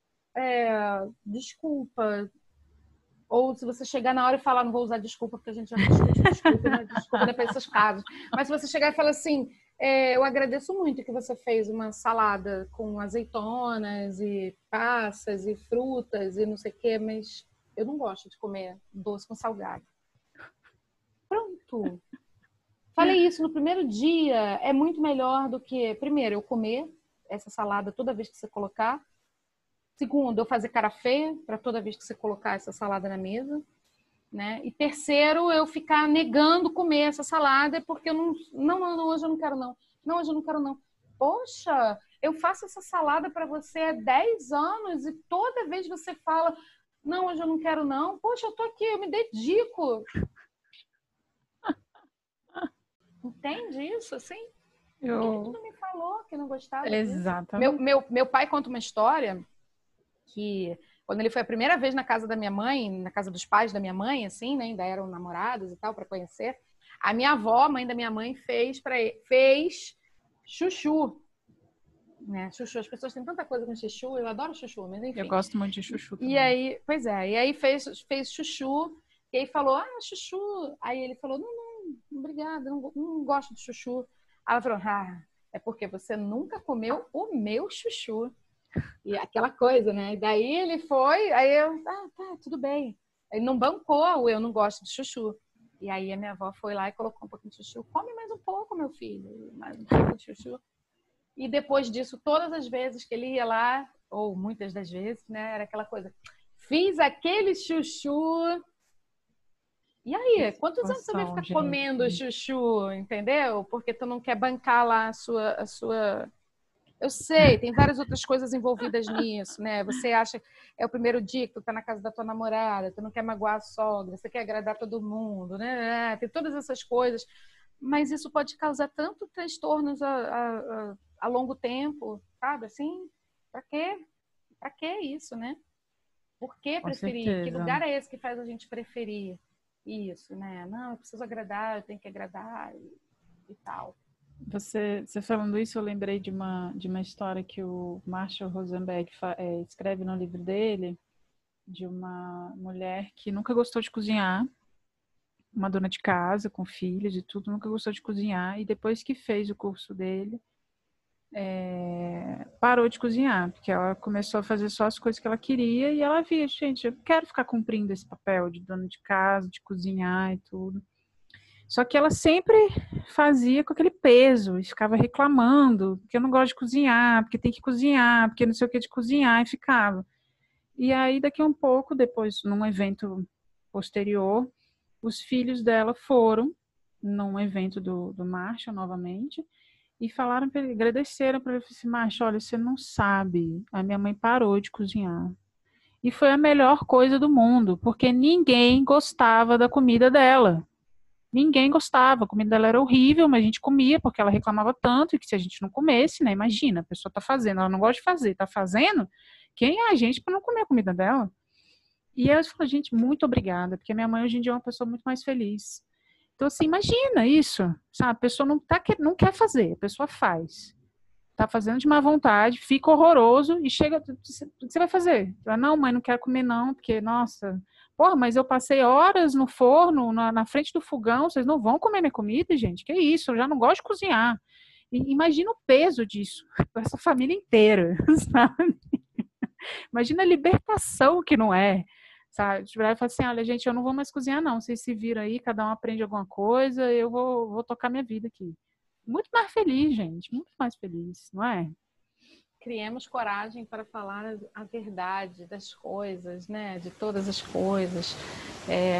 é, desculpa, ou se você chegar na hora e falar, não vou usar desculpa porque a gente já discutiu desculpa, né? Desculpa não é para esses casos, mas se você chegar e falar assim, é, eu agradeço muito que você fez uma salada com azeitonas e passas e frutas e não sei o quê, mas eu não gosto de comer doce com salgado. Pronto. Falei isso no primeiro dia. É muito melhor do que, primeiro, eu comer essa salada toda vez que você colocar. Segundo, eu fazer cara feia para toda vez que você colocar essa salada na mesa. Né? E terceiro, eu ficar negando comer essa salada porque eu não, não, não, hoje eu não quero não. Não, hoje eu não quero não. Poxa, eu faço essa salada para você há dez anos e toda vez você fala, não, hoje eu não quero não. Poxa, eu tô aqui, eu me dedico. Entende isso, assim? Eu... Ele não me falou que não gostava Exatamente. disso. Meu, meu, meu pai conta uma história que... Quando ele foi a primeira vez na casa da minha mãe, na casa dos pais da minha mãe, assim, né? Ainda eram namorados e tal, para conhecer. A minha avó, mãe da minha mãe, fez para ele, fez chuchu. Né? Chuchu. As pessoas têm tanta coisa com chuchu, eu adoro chuchu, mas enfim. Eu gosto muito de chuchu também. E aí, pois é, e aí fez, fez chuchu, e aí falou, ah, chuchu. Aí ele falou, não, não, obrigada, não, não gosto de chuchu. Aí ela falou, ah, é porque você nunca comeu o meu chuchu. E aquela coisa, né? E daí ele foi, aí eu, ah, tá, tudo bem. Ele não bancou o eu não gosto de chuchu. E aí a minha avó foi lá e colocou um pouquinho de chuchu. Come mais um pouco, meu filho. Mais um pouco de chuchu. E depois disso, todas as vezes que ele ia lá, ou muitas das vezes, né? Era aquela coisa. Fiz aquele chuchu. E aí, quantos anos você vai ficar gente. comendo chuchu, entendeu? Porque tu não quer bancar lá a sua... A sua... Eu sei, tem várias outras coisas envolvidas nisso, né? Você acha que é o primeiro dia que tu tá na casa da tua namorada, tu não quer magoar a sogra, você quer agradar todo mundo, né? Tem todas essas coisas. Mas isso pode causar tanto transtornos a, a, a, a longo tempo, sabe? Assim, pra quê? Pra que isso, né? Por que preferir? Que lugar é esse que faz a gente preferir isso, né? Não, eu preciso agradar, eu tenho que agradar e, e tal. Você, você falando isso, eu lembrei de uma, de uma história que o Marshall Rosenberg é, escreve no livro dele, de uma mulher que nunca gostou de cozinhar, uma dona de casa, com filhos e tudo, nunca gostou de cozinhar, e depois que fez o curso dele, é, parou de cozinhar, porque ela começou a fazer só as coisas que ela queria, e ela via, gente, eu quero ficar cumprindo esse papel de dona de casa, de cozinhar e tudo. Só que ela sempre fazia com aquele peso e ficava reclamando, porque eu não gosto de cozinhar, porque tem que cozinhar, porque não sei o que de cozinhar, e ficava. E aí, daqui a um pouco, depois, num evento posterior, os filhos dela foram num evento do, do Marshall novamente e falaram para ele, agradeceram para ele, assim, Marshall, olha, você não sabe, a minha mãe parou de cozinhar. E foi a melhor coisa do mundo, porque ninguém gostava da comida dela. Ninguém gostava, a comida dela era horrível, mas a gente comia porque ela reclamava tanto e que se a gente não comesse, né? Imagina, a pessoa tá fazendo, ela não gosta de fazer, tá fazendo, quem é a gente para não comer a comida dela? E aí eu falo, gente, muito obrigada, porque a minha mãe hoje em dia é uma pessoa muito mais feliz. Então, assim, imagina isso, sabe? A pessoa não, tá, não quer fazer, a pessoa faz. Tá fazendo de má vontade, fica horroroso e chega, o que você vai fazer? Ela, não, mãe, não quero comer não, porque, nossa, porra, mas eu passei horas no forno, na, na frente do fogão, vocês não vão comer minha comida, gente? Que isso, eu já não gosto de cozinhar. E, imagina o peso disso, para essa família inteira, sabe? Imagina a libertação que não é, sabe? Tipo, ela fala assim, olha, gente, eu não vou mais cozinhar não, vocês se viram aí, cada um aprende alguma coisa, eu vou, vou tocar minha vida aqui. Muito mais feliz, gente, muito mais feliz, não é? Criemos coragem para falar a verdade das coisas, né? De todas as coisas. É,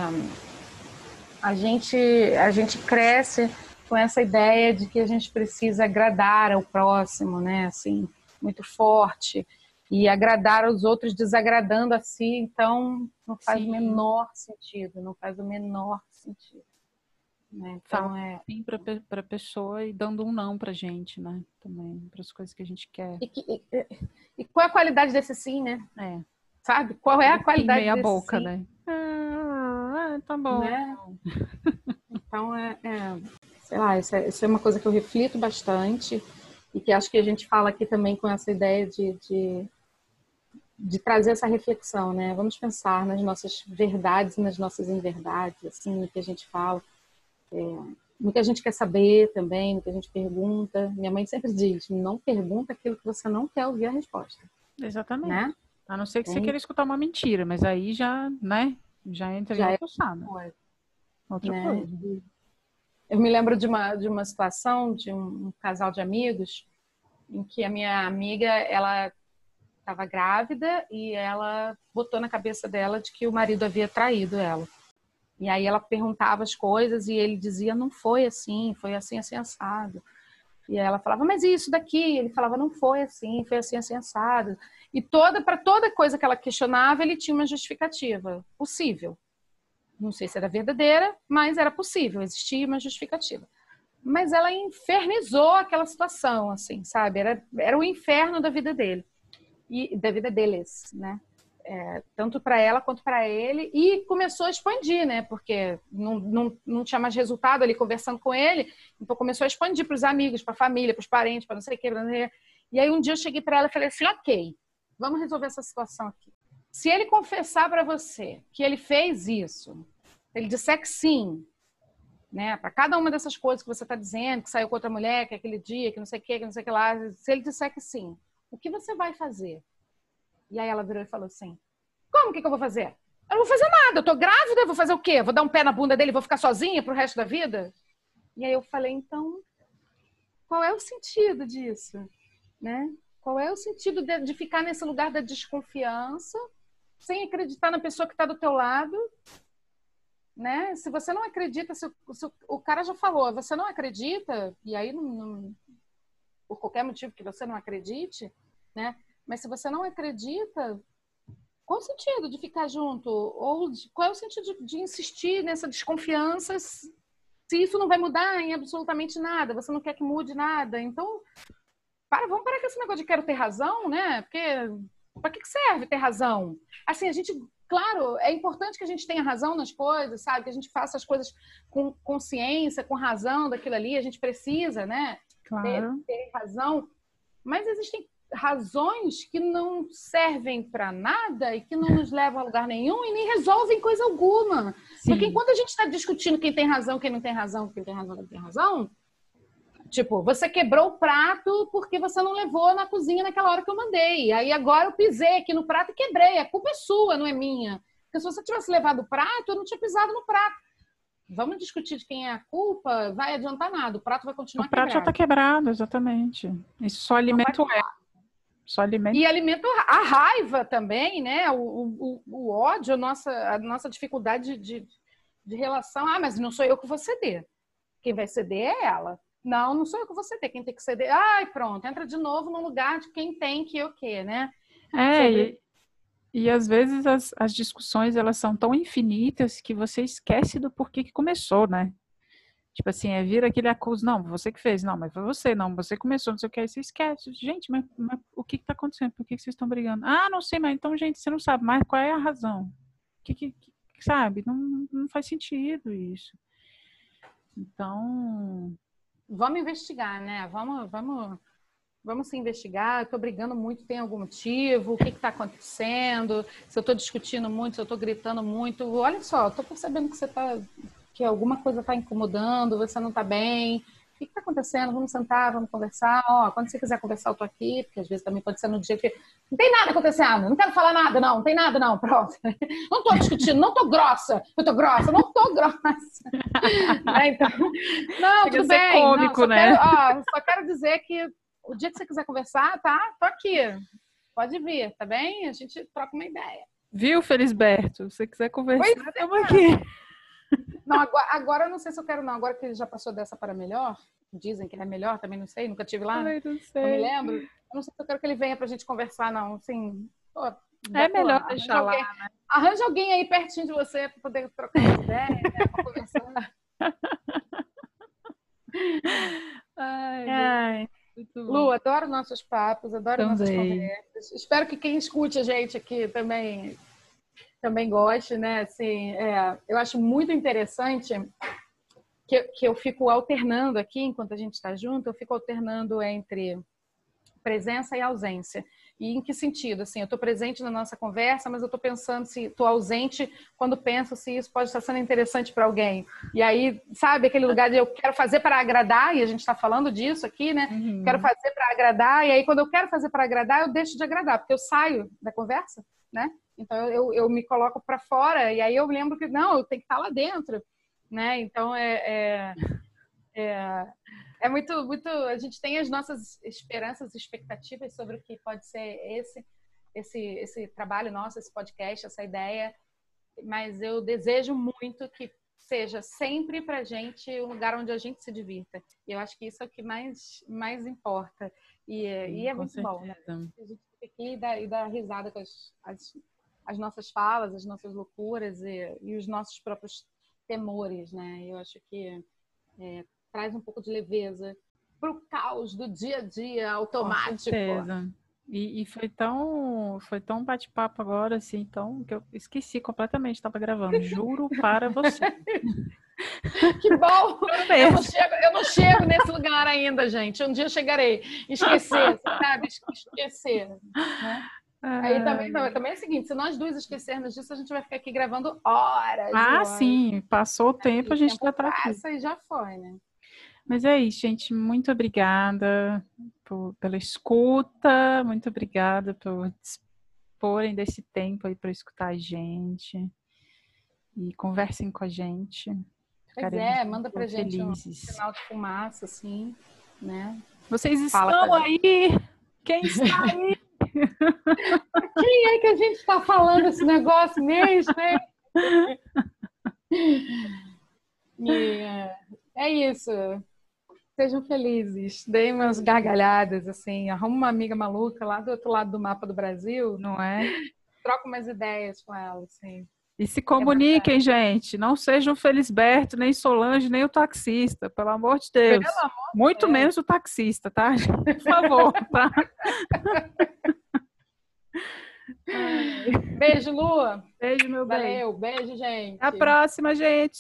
a gente, a gente cresce com essa ideia de que a gente precisa agradar ao próximo, né? Assim, muito forte. E agradar aos outros desagradando a si, então não faz Sim. o menor sentido, não faz o menor sentido. Né? Então Fala é sim para a pessoa e dando um não para a gente, né? Também, para as coisas que a gente quer. E, que, e, e qual é a qualidade desse sim, né? É. Sabe? Qual é a qualidade meia desse boca, sim? né? Ah, tá bom. Né? Então, é, é, sei lá, isso é, isso é uma coisa que eu reflito bastante e que acho que a gente fala aqui também com essa ideia de, de, de trazer essa reflexão, né? Vamos pensar nas nossas verdades e nas nossas inverdades, assim, no que a gente fala. É, no que a gente quer saber também, no que a gente pergunta. Minha mãe sempre diz, não pergunta aquilo que você não quer ouvir a resposta. Exatamente. Né? A não ser que Tem... você queira escutar uma mentira, mas aí já, né, já entra já em outra sala. É outra né? coisa. Eu me lembro de uma, de uma situação de um, um casal de amigos em que a minha amiga, ela estava grávida e ela botou na cabeça dela de que o marido havia traído ela. E aí ela perguntava as coisas e ele dizia, não foi assim, foi assim, assim, assado. E aí ela falava, mas e isso daqui? Ele falava, não foi assim, foi assim, assim, assado. E toda, para toda coisa que ela questionava, ele tinha uma justificativa possível. Não sei se era verdadeira, mas era possível, existia uma justificativa. Mas ela infernizou aquela situação, assim, sabe? Era, era o inferno da vida dele. E da vida deles, né? É, tanto para ela quanto para ele, e começou a expandir, né? Porque não, não, não tinha mais resultado ali conversando com ele, então começou a expandir para os amigos, para a família, para os parentes, para não sei o que. E aí um dia eu cheguei para ela e falei assim: ok, vamos resolver essa situação aqui. Se ele confessar para você que ele fez isso, ele disser que sim, né? Para cada uma dessas coisas que você está dizendo, que saiu com outra mulher, que aquele dia, que não sei o que, que não sei o que lá, se ele disser que sim, o que você vai fazer? E aí ela virou e falou assim, como que, que eu vou fazer? Eu não vou fazer nada, eu tô grávida, vou fazer o quê? Vou dar um pé na bunda dele e vou ficar sozinha pro resto da vida? E aí eu falei, então, qual é o sentido disso? Né? Qual é o sentido de, de ficar nesse lugar da desconfiança, sem acreditar na pessoa que está do teu lado? Né? Se você não acredita, se, se o cara já falou, você não acredita, e aí não, não, por qualquer motivo que você não acredite, né? Mas se você não acredita, qual o sentido de ficar junto? Ou de, qual é o sentido de, de insistir nessa desconfiança se isso não vai mudar em absolutamente nada? Você não quer que mude nada? Então, para, vamos parar com esse negócio de quero ter razão, né? Porque para que serve ter razão? Assim, a gente, claro, é importante que a gente tenha razão nas coisas, sabe? Que a gente faça as coisas com consciência, com razão daquilo ali. A gente precisa, né? Claro. Ter, ter razão. Mas existem razões que não servem para nada e que não nos levam a lugar nenhum e nem resolvem coisa alguma. Sim. Porque enquanto a gente está discutindo quem tem razão, quem não tem razão, quem tem razão, quem não tem razão, tipo, você quebrou o prato porque você não levou na cozinha naquela hora que eu mandei. Aí agora eu pisei aqui no prato e quebrei. A culpa é sua, não é minha. Porque se você tivesse levado o prato, eu não tinha pisado no prato. Vamos discutir de quem é a culpa, vai adiantar nada. O prato vai continuar quebrado. O prato quebrado. Já está quebrado, exatamente. Isso só alimenta o ego. Só alimenta... E alimenta a raiva também, né? O, o, o ódio, a nossa, a nossa dificuldade de, de relação. Ah, mas não sou eu que vou ceder. Quem vai ceder é ela. Não, não sou eu que vou ceder. Quem tem que ceder... Ai, pronto. Entra de novo no lugar de quem tem que o quê, né? É, Sobre... e, e às vezes as, as discussões, elas são tão infinitas que você esquece do porquê que começou, né? Tipo assim, é vira aquele acuso, não, você que fez, não, mas foi você, não, você começou, não sei o que, aí você esquece. Gente, mas, mas o que que tá acontecendo? Por que que vocês estão brigando? Ah, não sei, mas então, gente, você não sabe, mas qual é a razão? Que, que, que sabe? Não, não faz sentido isso. Então... Vamos investigar, né? Vamos, vamos, vamos se investigar. Eu estou brigando muito, tem algum motivo? O que está acontecendo? Se eu estou discutindo muito, se eu estou gritando muito. Olha só, estou percebendo que você tá, que alguma coisa está incomodando, você não está bem. O que está acontecendo? Vamos sentar, vamos conversar. Ó, quando você quiser conversar, eu estou aqui, porque às vezes também pode ser no dia que não tem nada acontecendo, não quero falar nada, não, não tem nada, não, pronto. Não estou discutindo, não estou grossa, eu estou grossa, não estou grossa. Né? Então, não, Chega tudo a ser bem. cômico, não, só, né? quero, ó, só quero dizer que o dia que você quiser conversar, tá? Tô aqui. Pode vir, tá bem? A gente troca uma ideia. Viu, Felisberto? Se você quiser conversar, Pois estamos é. aqui. Não, agora, agora eu não sei se eu quero, não. Agora que ele já passou dessa para melhor, dizem que ele é melhor, também não sei, nunca tive lá. Ai, não sei. Não me lembro. Eu não sei se eu quero que ele venha pra gente conversar, não. Assim, pô, É melhor lá. deixar lá, alguém, né? Arranja alguém aí pertinho de você para poder trocar uma ideia, né, pra conversar. Ai, Ai. Lu, adoro nossos papos, adoro também. nossas conversas. Espero que quem escute a gente aqui também, também goste, né? Assim, é, eu acho muito interessante que, que eu fico alternando aqui, enquanto a gente está junto, eu fico alternando entre presença e ausência. E em que sentido? Assim, eu estou presente na nossa conversa, mas eu estou pensando se estou ausente quando penso se isso pode estar sendo interessante para alguém. E aí, sabe, aquele lugar de eu quero fazer para agradar, e a gente está falando disso aqui, né? Uhum. Quero fazer para agradar, e aí quando eu quero fazer para agradar, eu deixo de agradar, porque eu saio da conversa, né? Então eu, eu me coloco para fora, e aí eu lembro que, não, eu tenho que estar lá dentro, né? Então é... é, é... É muito, muito... A gente tem as nossas esperanças e expectativas sobre o que pode ser esse, esse, esse trabalho nosso, esse podcast, essa ideia, mas eu desejo muito que seja sempre pra gente um lugar onde a gente se divirta. E eu acho que isso é o que mais, mais importa. E, Sim, e é muito certeza. Bom, né? A gente fica aqui e dá, e dá risada com as, as, as nossas falas, as nossas loucuras e, e os nossos próprios temores, né? Eu acho que... É, traz um pouco de leveza para o caos do dia a dia automático. Com certeza. E, e foi tão, foi tão bate-papo agora, assim, então, que eu esqueci completamente, estava gravando. Juro para você. Que bom! Eu não, chego, eu não chego nesse lugar ainda, gente. Um dia eu chegarei. Esquecer, sabe? Esquecer. Né? Aí também, também é o seguinte, se nós duas esquecermos disso, a gente vai ficar aqui gravando horas. Ah, horas. Sim. Passou o tempo, a gente já está aqui. E já foi, né? Mas é isso, gente. Muito obrigada por, pela escuta. Muito obrigada por disporem desse tempo aí para escutar a gente. E conversem com a gente. Pois é, manda pra gente um sinal de fumaça, assim, né? Vocês Fala estão aí? Quem está aí? Quem é que a gente está falando esse negócio mesmo, né? E é, é isso. Sejam felizes, deem umas gargalhadas, assim, arruma uma amiga maluca lá do outro lado do mapa do Brasil. Não é? Troca umas ideias com ela, assim. E se comuniquem, é gente. Não sejam o Felisberto, nem Solange, nem o taxista, pelo amor de Deus. Pelo amor de Muito Deus. Menos o taxista, tá? Por favor, tá? Beijo, Lu. Beijo, meu bem. Valeu, beijo, gente. Até a próxima, gente.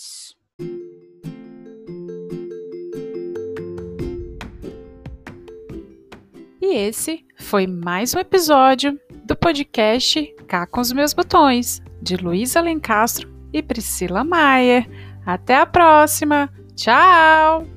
E esse foi mais um episódio do podcast Cá com os Meus Botões, de Luísa Lencastro e Priscila Maier. Até a próxima! Tchau!